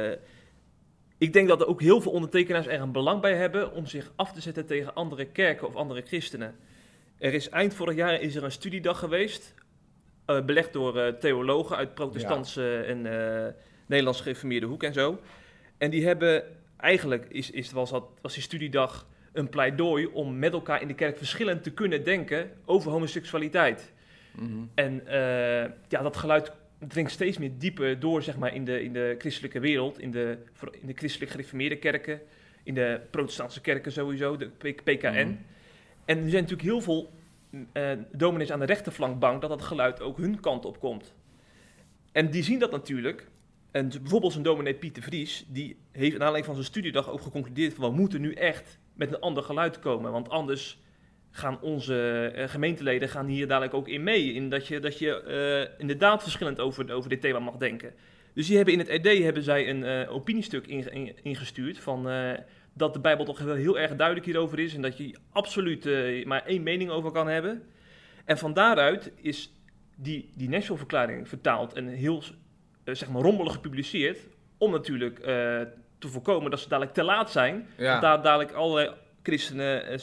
Speaker 1: Ik denk dat er ook heel veel ondertekenaars er een belang bij hebben om zich af te zetten tegen andere kerken of andere christenen. Eind vorig jaar is er een studiedag geweest, belegd door theologen uit protestantse en Nederlands gereformeerde hoek en zo. En die hebben eigenlijk, was die studiedag een pleidooi om met elkaar in de kerk verschillend te kunnen denken over homoseksualiteit. Mm-hmm. En dat geluid dringt steeds meer dieper door, zeg maar, in de christelijke wereld, in de christelijk gereformeerde kerken, in de protestantse kerken sowieso, de PKN. Mm-hmm. En er zijn natuurlijk heel veel dominees aan de rechterflank bang dat geluid ook hun kant op komt. En die zien dat natuurlijk. En bijvoorbeeld zo'n dominee Pieter Vries, die heeft naar aanleiding van zijn studiedag ook geconcludeerd van we moeten nu echt met een ander geluid komen, want anders gaan onze gemeenteleden hier dadelijk ook in mee, in dat je inderdaad verschillend over dit thema mag denken. Dus die hebben in het RD een opiniestuk ingestuurd van dat de Bijbel toch wel heel erg duidelijk hierover is en dat je absoluut maar één mening over kan hebben. En van daaruit is die Nashville-verklaring vertaald en heel rommelig gepubliceerd, om natuurlijk te voorkomen dat ze dadelijk te laat zijn. Ja. Dat daar dadelijk allerlei christenen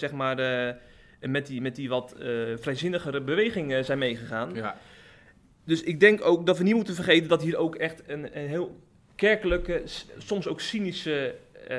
Speaker 1: met die wat vrijzinnigere beweging zijn meegegaan. Ja. Dus ik denk ook dat we niet moeten vergeten dat hier ook echt een heel kerkelijke, soms ook cynische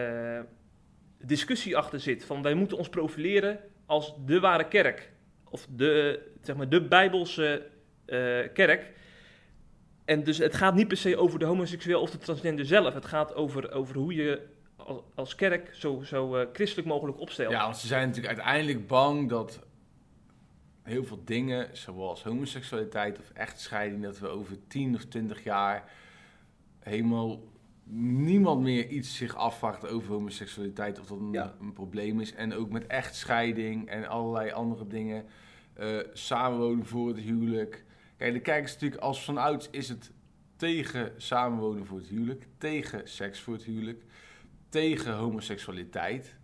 Speaker 1: discussie achter zit. Van wij moeten ons profileren als de ware kerk. Of de Bijbelse kerk. En dus het gaat niet per se over de homoseksueel of de transgender zelf. Het gaat over hoe je als kerk zo christelijk mogelijk opstelt.
Speaker 2: Ja, want ze zijn natuurlijk uiteindelijk bang dat heel veel dingen, zoals homoseksualiteit of echtscheiding, dat we over 10 of 20 jaar helemaal niemand meer iets zich afvraagt over homoseksualiteit of dat een probleem is. En ook met echtscheiding en allerlei andere dingen. Samenwonen voor het huwelijk. Kijk, de kerk is natuurlijk als vanouds is het tegen samenwonen voor het huwelijk, tegen seks voor het huwelijk, tegen homoseksualiteit.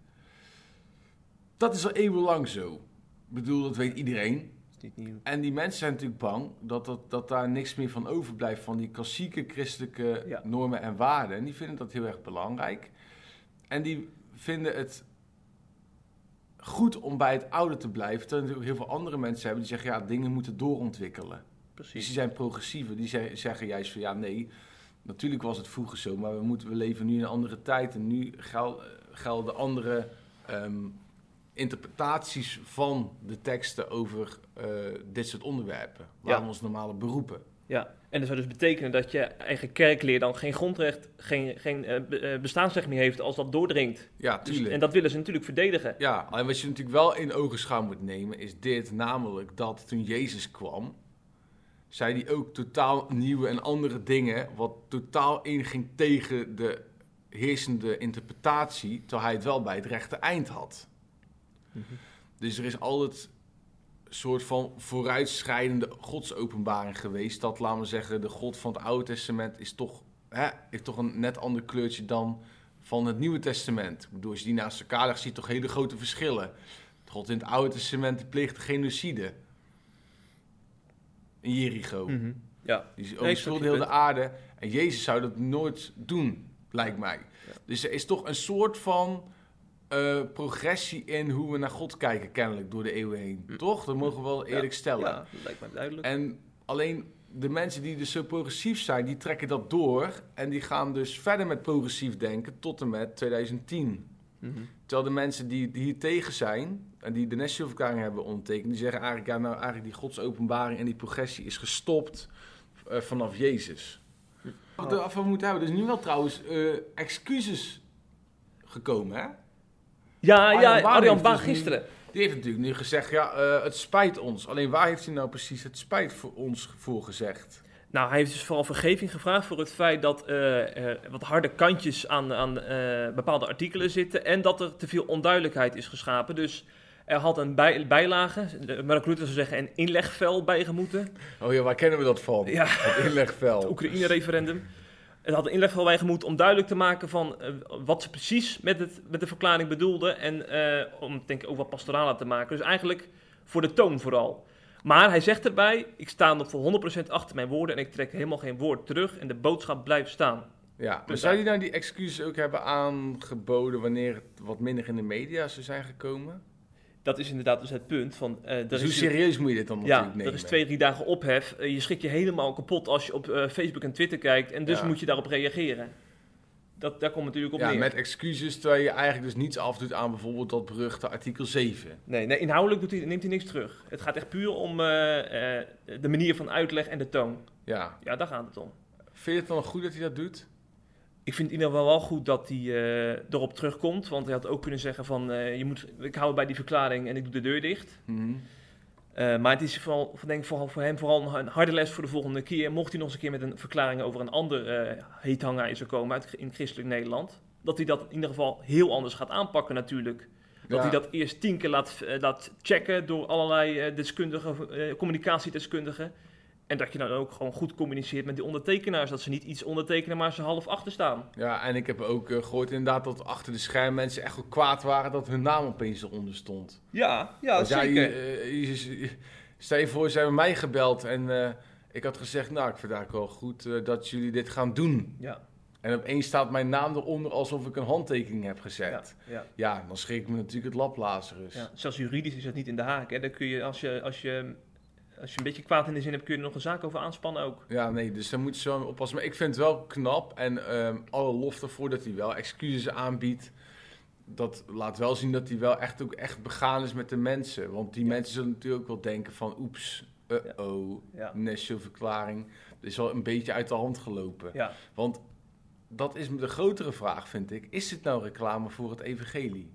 Speaker 2: Dat is al eeuwenlang zo. Ik bedoel, dat weet iedereen. En die mensen zijn natuurlijk bang dat daar niks meer van overblijft van die klassieke christelijke normen en waarden. En die vinden dat heel erg belangrijk. En die vinden het goed om bij het oude te blijven. Terwijl er natuurlijk heel veel andere mensen hebben die zeggen, dingen moeten doorontwikkelen. Precies. Dus die zijn progressieve, die zeggen juist van nee, natuurlijk was het vroeger zo, maar we leven nu in een andere tijd en nu gelden andere interpretaties van de teksten over dit soort onderwerpen, waarom ons normale beroepen.
Speaker 1: Ja, en dat zou dus betekenen dat je eigen kerkleer dan geen grondrecht, geen bestaansrecht meer heeft als dat doordringt.
Speaker 2: Ja, tuurlijk.
Speaker 1: Dus, en dat willen ze natuurlijk verdedigen.
Speaker 2: Ja, en wat je natuurlijk wel in ogenschouw moet nemen is dit, namelijk dat toen Jezus kwam, zei hij ook totaal nieuwe en andere dingen, wat totaal inging tegen de heersende interpretatie, terwijl hij het wel bij het rechte eind had. Mm-hmm. Dus er is altijd soort van vooruitschrijdende godsopenbaring geweest. Dat, laten we zeggen, de God van het Oude Testament heeft toch een net ander kleurtje dan van het Nieuwe Testament. Ik bedoel, als je die naast elkaar legt, zie je toch hele grote verschillen. God in het Oude Testament pleegde genocide. In Jericho.
Speaker 1: Mm-hmm. Ja.
Speaker 2: Die overspoelde heel de aarde. En Jezus zou dat nooit doen, lijkt mij. Ja. Dus er is toch een soort van progressie in hoe we naar God kijken, kennelijk, door de eeuwen heen. Toch? Dat mogen we wel eerlijk stellen.
Speaker 1: Ja, dat lijkt mij duidelijk.
Speaker 2: En alleen de mensen die dus zo progressief zijn, die trekken dat door. En die gaan dus verder met progressief denken tot en met 2010. Mm-hmm. Terwijl de mensen die hier tegen zijn en die de Nashville-verklaring hebben ondertekend, die zeggen eigenlijk die godsopenbaring en die progressie is gestopt vanaf Jezus. Wat we ervan moeten hebben, er is nu wel trouwens excuses gekomen, hè?
Speaker 1: Ja, Arjan Baan gisteren.
Speaker 2: Die heeft natuurlijk nu gezegd, het spijt ons. Alleen waar heeft hij nou precies het spijt voor ons voor gezegd?
Speaker 1: Nou, hij heeft dus vooral vergeving gevraagd voor het feit dat wat harde kantjes aan bepaalde artikelen zitten en dat er te veel onduidelijkheid is geschapen. Dus er had een bijlage, Mark Rutte zou zeggen, een inlegvel bijgemoeten.
Speaker 2: Oh ja, waar kennen we dat van?
Speaker 1: Ja,
Speaker 2: het inlegvel.
Speaker 1: Het Oekraïne-referendum. Het had een inlegvel bijgemoeten om duidelijk te maken van wat ze precies met de verklaring bedoelden en om denk ik ook wat pastoraler te maken. Dus eigenlijk voor de toon vooral. Maar hij zegt erbij, ik sta nog voor 100% achter mijn woorden en ik trek helemaal geen woord terug en de boodschap blijft staan.
Speaker 2: Ja, maar zou je nou die excuses ook hebben aangeboden wanneer het wat minder in de media zou zijn gekomen?
Speaker 1: Dat is inderdaad dus het punt.
Speaker 2: Dus hoe serieus moet je dit dan natuurlijk nemen?
Speaker 1: Er is 2-3 dagen ophef. Je schrikt je helemaal kapot als je op Facebook en Twitter kijkt en dus moet je daarop reageren. Daar komt natuurlijk op neer.
Speaker 2: Ja, met excuses terwijl je eigenlijk dus niets afdoet aan bijvoorbeeld dat beruchte artikel 7.
Speaker 1: Nee, inhoudelijk neemt hij niks terug. Het gaat echt puur om de manier van uitleg en de toon. Ja, daar gaat het om.
Speaker 2: Vind je het dan goed dat hij dat doet?
Speaker 1: Ik vind in ieder geval wel goed dat hij erop terugkomt. Want hij had ook kunnen zeggen van, ik hou bij die verklaring en ik doe de deur dicht. Mm-hmm. Maar het is vooral voor hem vooral een harde les voor de volgende keer. Mocht hij nog eens een keer met een verklaring over een ander heet hangijzer komen in christelijk Nederland. Dat hij dat in ieder geval heel anders gaat aanpakken natuurlijk. Dat hij dat eerst 10 keer laat checken door allerlei communicatiedeskundigen. En dat je dan ook gewoon goed communiceert met die ondertekenaars. Dat ze niet iets ondertekenen, maar ze half achter staan. Ja,
Speaker 2: en ik heb ook gehoord inderdaad dat achter de schermen mensen echt wel kwaad waren dat hun naam opeens eronder stond.
Speaker 1: Ja, zeker.
Speaker 2: Stel je voor, ze hebben mij gebeld en ik had gezegd, ik vind het eigenlijk wel goed dat jullie dit gaan doen. Ja. En opeens staat mijn naam eronder alsof ik een handtekening heb gezet. Ja, dan schrik ik me natuurlijk het laplazerus.
Speaker 1: Ja, zelfs juridisch is dat niet in de haak. Hè? Dan kun je, als je een beetje kwaad in de zin hebt, kun je er nog een zaak over aanspannen ook.
Speaker 2: Ja, nee, dus daar moet je zo aan oppassen. Maar ik vind het wel knap en alle lof ervoor dat hij wel excuses aanbiedt. Dat laat wel zien dat hij wel echt begaan is met de mensen. Want die mensen zullen natuurlijk ook wel denken van, oeps, Nashville-verklaring. Dat is wel een beetje uit de hand gelopen. Ja. Want dat is de grotere vraag, vind ik. Is dit nou reclame voor het evangelie?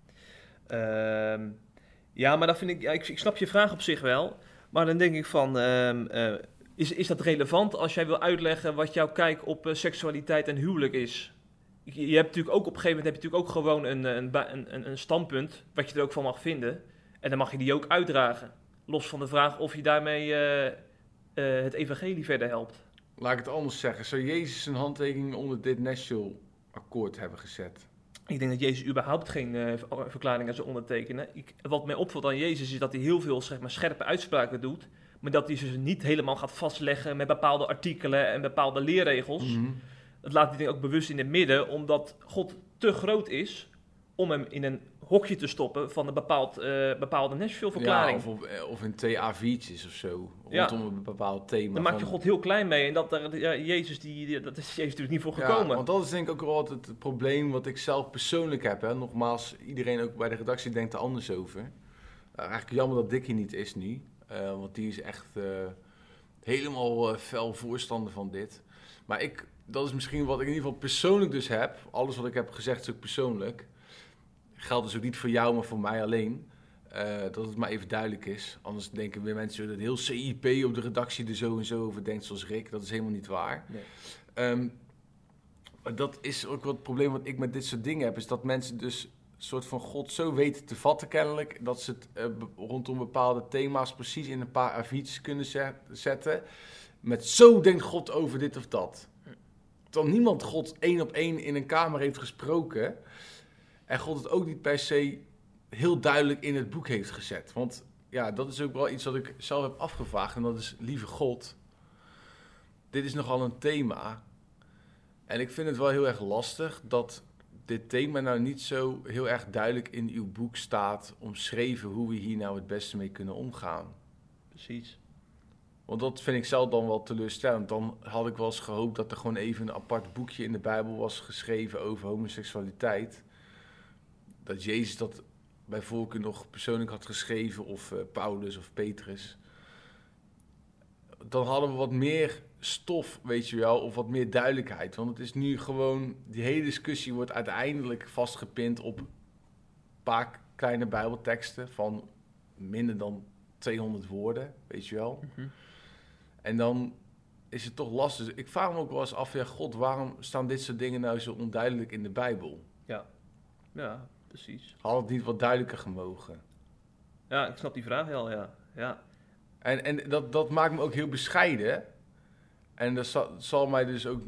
Speaker 1: Ja, maar dat vind ik snap je vraag op zich wel. Maar dan denk ik van, is dat relevant als jij wil uitleggen wat jouw kijk op seksualiteit en huwelijk is? Je hebt natuurlijk ook op een gegeven moment ook gewoon een standpunt, wat je er ook van mag vinden. En dan mag je die ook uitdragen. Los van de vraag of je daarmee het evangelie verder helpt.
Speaker 2: Laat ik het anders zeggen. Zou Jezus zijn handtekening onder dit Nashville-akkoord hebben gezet?
Speaker 1: Ik denk dat Jezus überhaupt geen verklaringen zou ondertekenen. Wat mij opvalt aan Jezus is dat hij heel veel scherpe uitspraken doet. Maar dat hij ze niet helemaal gaat vastleggen met bepaalde artikelen en bepaalde leerregels. Mm-hmm. Dat laat hij denk ik ook bewust in het midden, omdat God te groot is om hem in een hokje te stoppen van een bepaalde Nashville-verklaring.
Speaker 2: Ja, of in 2 A4'tjes of zo, rondom een bepaald thema.
Speaker 1: Dan maak je God heel klein mee en dat is Jezus natuurlijk niet voor gekomen.
Speaker 2: Ja, want dat is denk ik ook wel altijd het probleem wat ik zelf persoonlijk heb. Hè. Nogmaals, iedereen ook bij de redactie denkt er anders over. Eigenlijk jammer dat Dick hier niet is nu, want die is echt helemaal fel voorstander van dit. Maar dat is misschien wat ik in ieder geval persoonlijk dus heb. Alles wat ik heb gezegd is ook persoonlijk. Geldt dus ook niet voor jou, maar voor mij alleen. Dat het maar even duidelijk is. Anders denken weer mensen dat heel CIP op de redactie er zo en zo over denkt, zoals Rick. Dat is helemaal niet waar. Nee. Dat is ook wat het probleem wat ik met dit soort dingen heb. Is dat mensen dus soort van God zo weten te vatten kennelijk, dat ze het rondom bepaalde thema's precies in een paar A4'tjes kunnen zetten. Met zo denkt God over dit of dat. Terwijl niemand God 1 op 1 in een kamer heeft gesproken. En God het ook niet per se heel duidelijk in het boek heeft gezet. Want ja, dat is ook wel iets wat ik zelf heb afgevraagd. En dat is, lieve God, dit is nogal een thema. En ik vind het wel heel erg lastig dat dit thema nou niet zo heel erg duidelijk in uw boek staat, omschreven hoe we hier nou het beste mee kunnen omgaan.
Speaker 1: Precies.
Speaker 2: Want dat vind ik zelf dan wel teleurstellend. Dan had ik wel eens gehoopt dat er gewoon even een apart boekje in de Bijbel was geschreven over homoseksualiteit. Dat Jezus dat bij voorkeur nog persoonlijk had geschreven, of Paulus of Petrus. Dan hadden we wat meer stof, weet je wel, of wat meer duidelijkheid. Want het is nu gewoon, die hele discussie wordt uiteindelijk vastgepind op een paar kleine Bijbelteksten van minder dan 200 woorden, weet je wel. Mm-hmm. En dan is het toch lastig. Ik vraag me ook wel eens af, ja, God, waarom staan dit soort dingen nou zo onduidelijk in de Bijbel?
Speaker 1: Ja, precies.
Speaker 2: Had het niet wat duidelijker gemogen?
Speaker 1: Ja, ik snap die vraag wel, ja.
Speaker 2: En dat maakt me ook heel bescheiden. En dat zal mij dus ook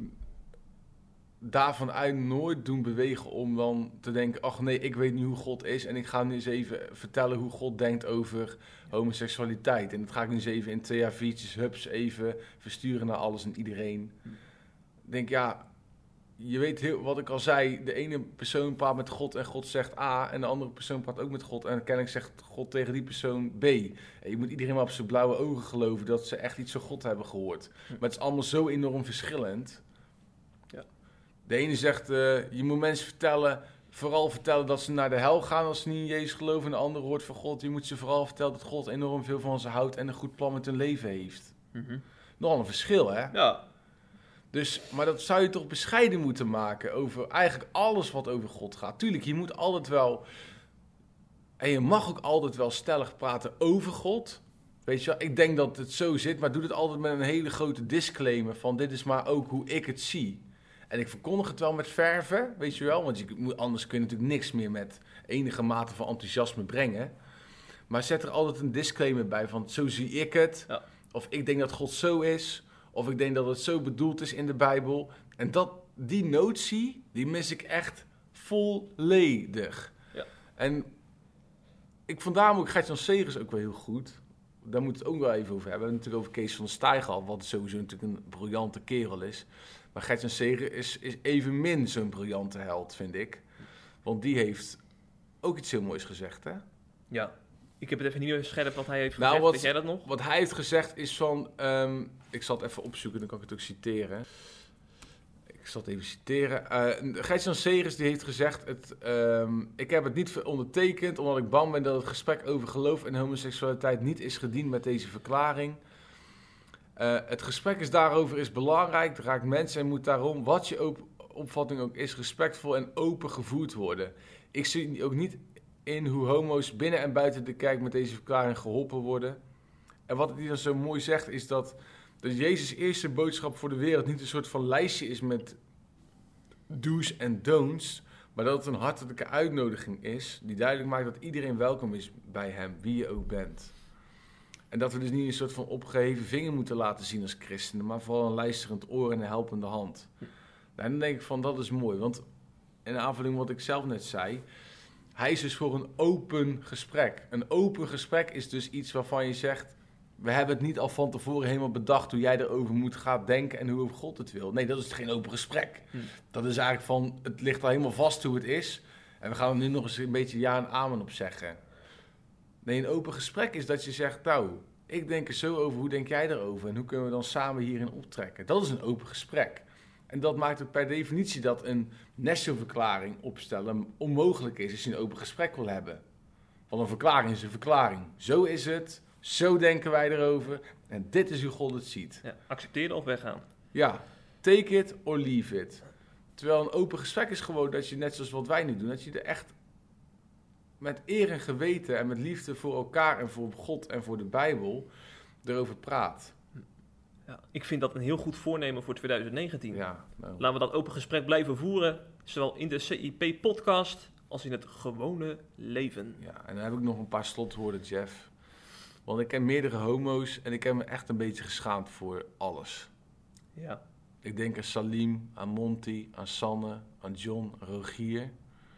Speaker 2: daarvan uit nooit doen bewegen om dan te denken, ach nee, ik weet niet hoe God is en ik ga nu eens even vertellen hoe God denkt over homoseksualiteit. En dat ga ik nu eens even in 2 A4'tjes, hups, even versturen naar alles en iedereen. Ik denk, ja, je weet heel, wat ik al zei, de ene persoon praat met God en God zegt A, en de andere persoon praat ook met God en kennelijk zegt God tegen die persoon B. En je moet iedereen maar op zijn blauwe ogen geloven dat ze echt iets van God hebben gehoord. Maar het is allemaal zo enorm verschillend.
Speaker 1: Ja.
Speaker 2: De ene zegt, je moet mensen vooral vertellen dat ze naar de hel gaan als ze niet in Jezus geloven. En de andere hoort van God, je moet ze vooral vertellen dat God enorm veel van ze houdt en een goed plan met hun leven heeft. Mm-hmm. Nogal een verschil, hè?
Speaker 1: Ja.
Speaker 2: Dus, maar dat zou je toch bescheiden moeten maken over eigenlijk alles wat over God gaat. Tuurlijk, je moet altijd wel, en je mag ook altijd wel stellig praten over God. Weet je wel, ik denk dat het zo zit, maar doe het altijd met een hele grote disclaimer van dit is maar ook hoe ik het zie. En ik verkondig het wel met verven, weet je wel, want anders kun je natuurlijk niks meer met enige mate van enthousiasme brengen. Maar zet er altijd een disclaimer bij van zo zie ik het, ja. Of ik denk dat God zo is, of ik denk dat het zo bedoeld is in de Bijbel. En die notie, die mis ik echt volledig. Ja. En ik vond daarom ook Gert-Jan Segers ook wel heel goed. Daar moeten we het ook wel even over hebben. We hebben het natuurlijk over Kees van der Staaij gehad, wat sowieso natuurlijk een briljante kerel is. Maar Gert-Jan Segers is evenmin zo'n briljante held, vind ik. Want die heeft ook iets heel moois gezegd, hè?
Speaker 1: Ja. Ik heb het even niet meer scherp wat hij heeft gezegd. Weet jij dat nog?
Speaker 2: Wat hij heeft gezegd is van... ik zal het even opzoeken, dan kan ik het ook citeren. Ik zal het even citeren. Gert-Jan Segers die heeft gezegd... ik heb het niet ondertekend omdat ik bang ben dat het gesprek over geloof en homoseksualiteit niet is gediend met deze verklaring. Het gesprek daarover is belangrijk, het raakt mensen en moet daarom, wat je opvatting ook is, respectvol en open gevoerd worden. Ik zie ook niet in hoe homo's binnen en buiten de kerk met deze verklaring geholpen worden. En wat hij dan zo mooi zegt is dat Jezus' eerste boodschap voor de wereld niet een soort van lijstje is met do's en don'ts, maar dat het een hartelijke uitnodiging is die duidelijk maakt dat iedereen welkom is bij hem, wie je ook bent. En dat we dus niet een soort van opgeheven vinger moeten laten zien als christenen, maar vooral een luisterend oor en een helpende hand. En dan denk ik van, dat is mooi, want in aanvulling wat ik zelf net zei, hij is dus voor een open gesprek. Een open gesprek is dus iets waarvan je zegt, we hebben het niet al van tevoren helemaal bedacht hoe jij erover moet gaan denken en hoe God het wil. Nee, dat is geen open gesprek. Dat is eigenlijk van, het ligt al helemaal vast hoe het is en we gaan er nu nog eens een beetje ja en amen op zeggen. Nee, een open gesprek is dat je zegt, nou, ik denk er zo over, hoe denk jij erover? En hoe kunnen we dan samen hierin optrekken? Dat is een open gesprek. En dat maakt het per definitie dat een Nestle-verklaring opstellen onmogelijk is als je een open gesprek wil hebben. Want een verklaring is een verklaring. Zo is het, zo denken wij erover en dit is hoe God het ziet.
Speaker 1: Ja, accepteren of weggaan.
Speaker 2: Ja, take it or leave it. Terwijl een open gesprek is gewoon dat je, net zoals wat wij nu doen, dat je er echt met eer en geweten en met liefde voor elkaar en voor God en voor de Bijbel erover praat.
Speaker 1: Ja, ik vind dat een heel goed voornemen voor 2019.
Speaker 2: Ja, nou.
Speaker 1: Laten we dat open gesprek blijven voeren, zowel in de CIP-podcast als in het gewone leven.
Speaker 2: Ja, en dan heb ik nog een paar slotwoorden, Jeff. Want ik ken meerdere homo's en ik heb me echt een beetje geschaamd voor alles.
Speaker 1: Ja.
Speaker 2: Ik denk aan Salim, aan Monty, aan Sanne, aan John, Rogier.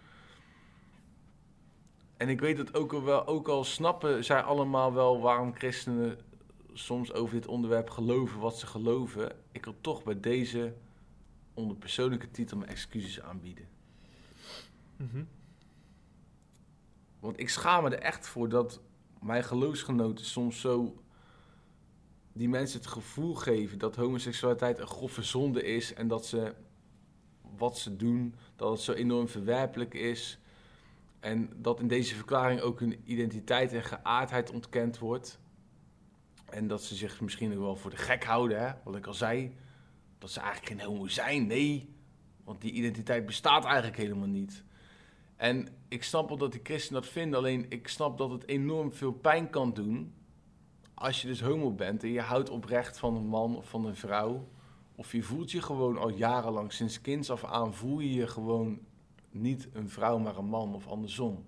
Speaker 2: En ik weet het ook al snappen zij allemaal wel waarom christenen soms over dit onderwerp geloven wat ze geloven. Ik wil toch bij deze onder persoonlijke titel mijn excuses aanbieden.
Speaker 1: Mm-hmm.
Speaker 2: Want ik schaam me er echt voor dat mijn geloofsgenoten soms zo die mensen het gevoel geven dat homoseksualiteit een grove zonde is en dat ze wat ze doen, dat het zo enorm verwerpelijk is. En dat in deze verklaring ook hun identiteit en geaardheid ontkend wordt. En dat ze zich misschien ook wel voor de gek houden, hè? Wat ik al zei. Dat ze eigenlijk geen homo zijn, nee. Want die identiteit bestaat eigenlijk helemaal niet. En ik snap wel dat die christenen dat vinden. Alleen ik snap dat het enorm veel pijn kan doen. Als je dus homo bent en je houdt oprecht van een man of van een vrouw. Of je voelt je gewoon al jarenlang, sinds kinds af aan, voel je je gewoon niet een vrouw, maar een man of andersom.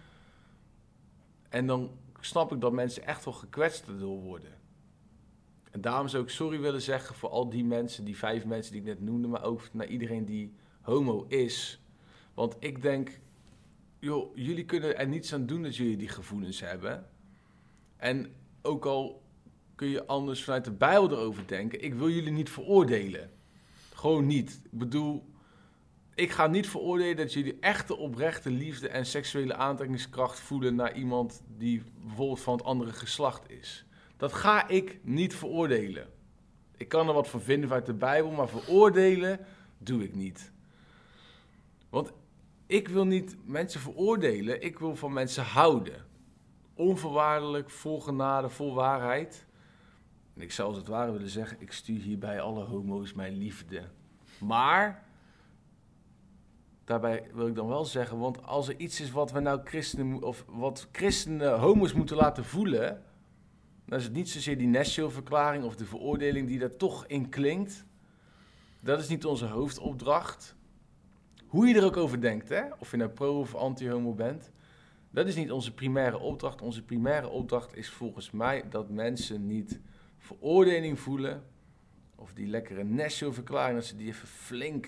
Speaker 2: En dan snap ik dat mensen echt wel gekwetst door worden. En daarom zou ik sorry willen zeggen voor al die mensen, die 5 mensen die ik net noemde, maar ook naar iedereen die homo is. Want ik denk, joh, jullie kunnen er niets aan doen dat jullie die gevoelens hebben. En ook al kun je anders vanuit de Bijbel erover denken, ik wil jullie niet veroordelen. Gewoon niet. Ik bedoel, ik ga niet veroordelen dat jullie echte oprechte liefde en seksuele aantrekkingskracht voelen naar iemand die bijvoorbeeld van het andere geslacht is. Dat ga ik niet veroordelen. Ik kan er wat van vinden vanuit de Bijbel, maar veroordelen doe ik niet. Want ik wil niet mensen veroordelen, ik wil van mensen houden. Onvoorwaardelijk, vol genade, vol waarheid. En ik zou als het ware willen zeggen, ik stuur hierbij alle homo's mijn liefde. Maar daarbij wil ik dan wel zeggen, want als er iets is wat we nou christenen homo's moeten laten voelen, dan is het niet zozeer die Nashville-verklaring of de veroordeling die daar toch in klinkt. Dat is niet onze hoofdopdracht. Hoe je er ook over denkt, hè? Of je nou pro of anti-homo bent, dat is niet onze primaire opdracht. Onze primaire opdracht is volgens mij dat mensen niet veroordeling voelen, of die lekkere Nashville-verklaring, dat ze die even flink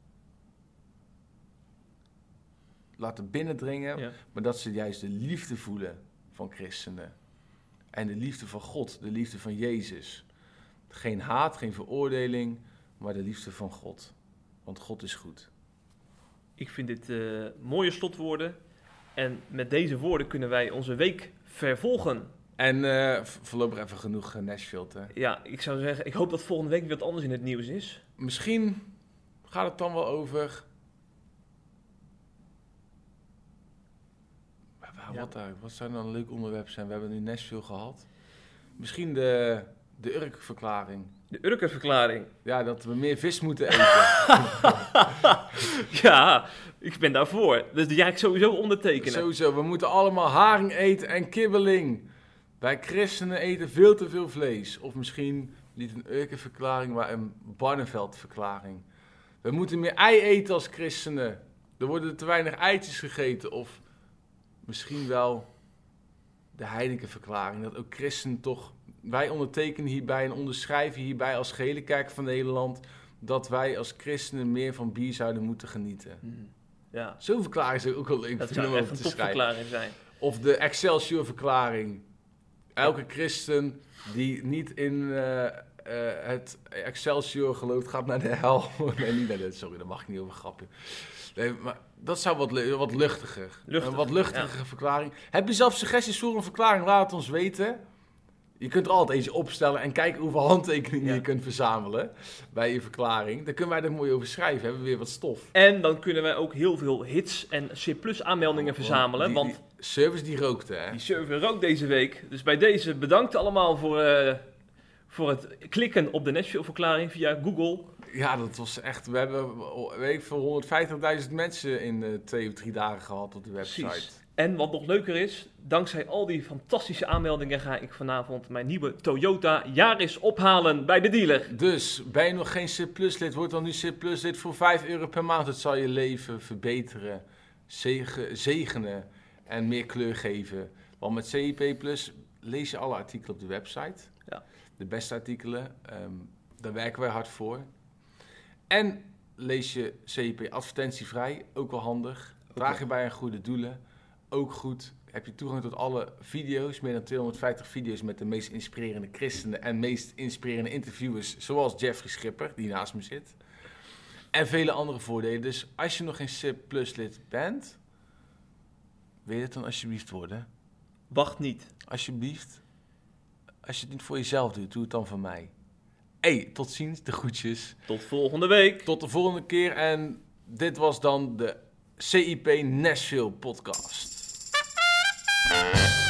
Speaker 2: laten binnendringen, ja. Maar dat ze juist de liefde voelen van christenen. En de liefde van God, de liefde van Jezus. Geen haat, geen veroordeling, maar de liefde van God. Want God is goed.
Speaker 1: Ik vind dit mooie slotwoorden. En met deze woorden kunnen wij onze week vervolgen.
Speaker 2: En voorlopig even genoeg Nashville.
Speaker 1: Ja, ik zou zeggen, ik hoop dat volgende week weer wat anders in het nieuws is.
Speaker 2: Misschien gaat het dan wel over... Ja. Wat zou dan een leuk onderwerp zijn? We hebben nu Nashville gehad. Misschien de Urk-verklaring.
Speaker 1: De Urk-verklaring?
Speaker 2: Ja, dat we meer vis moeten eten.
Speaker 1: Ja, ik ben daarvoor. Dus die ga ik sowieso ondertekenen.
Speaker 2: Sowieso, we moeten allemaal haring eten en kibbeling. Wij christenen eten veel te veel vlees. Of misschien niet een Urk-verklaring, maar een Barneveld-verklaring. We moeten meer ei eten als christenen. Er worden te weinig eitjes gegeten. Of misschien wel de Heinekenverklaring. Dat ook christenen toch... Wij ondertekenen hierbij en onderschrijven hierbij als gehele kerk van Nederland... dat wij als christenen meer van bier zouden moeten genieten.
Speaker 1: Ja.
Speaker 2: Zo'n verklaring zou ik ook wel leuk vinden om over te schrijven.
Speaker 1: Dat zou echt een topverklaring zijn.
Speaker 2: Of de Excelsior-verklaring. Elke christen die niet in het Excelsior gelooft, gaat naar de hel. Nee, niet naar de... Sorry, daar mag ik niet over grappen. Nee, maar dat zou wat luchtiger. Een wat luchtige verklaring. Heb je zelf suggesties voor een verklaring? Laat het ons weten. Je kunt er altijd eentje opstellen en kijken hoeveel handtekeningen je kunt verzamelen bij je verklaring. Dan kunnen wij er mooi over schrijven. Hebben we weer wat stof.
Speaker 1: En dan kunnen wij ook heel veel hits en C+ aanmeldingen verzamelen.
Speaker 2: Want die service die rookte, hè?
Speaker 1: Die server rookt deze week. Dus bij deze bedankt allemaal voor het klikken op de Nashville-verklaring via Google.
Speaker 2: Ja, dat was echt... We hebben voor 150.000 mensen in 2 of 3 dagen gehad op de website. Precies.
Speaker 1: En wat nog leuker is, dankzij al die fantastische aanmeldingen ga ik vanavond mijn nieuwe Toyota Yaris ophalen bij de dealer.
Speaker 2: Dus, ben je nog geen C+ lid, word dan nu C+ lid voor €5 per maand. Het zal je leven verbeteren zegenen en meer kleur geven. Want met CIP Plus lees je alle artikelen op de website. Ja. De beste artikelen. Daar werken wij hard voor. En lees je CIP advertentievrij, ook wel handig. Draag je bij aan goede doelen, ook goed. Heb je toegang tot alle video's, meer dan 250 video's met de meest inspirerende christenen en meest inspirerende interviewers, zoals Jeffrey Schipper, die naast me zit. En vele andere voordelen. Dus als je nog geen CIP Plus lid bent, wil je het dan alsjeblieft worden?
Speaker 1: Wacht niet.
Speaker 2: Alsjeblieft. Als je het niet voor jezelf doet, doe het dan voor mij. Hey, tot ziens, de groetjes.
Speaker 1: Tot volgende week.
Speaker 2: Tot de volgende keer. En dit was dan de CIP Nashville podcast.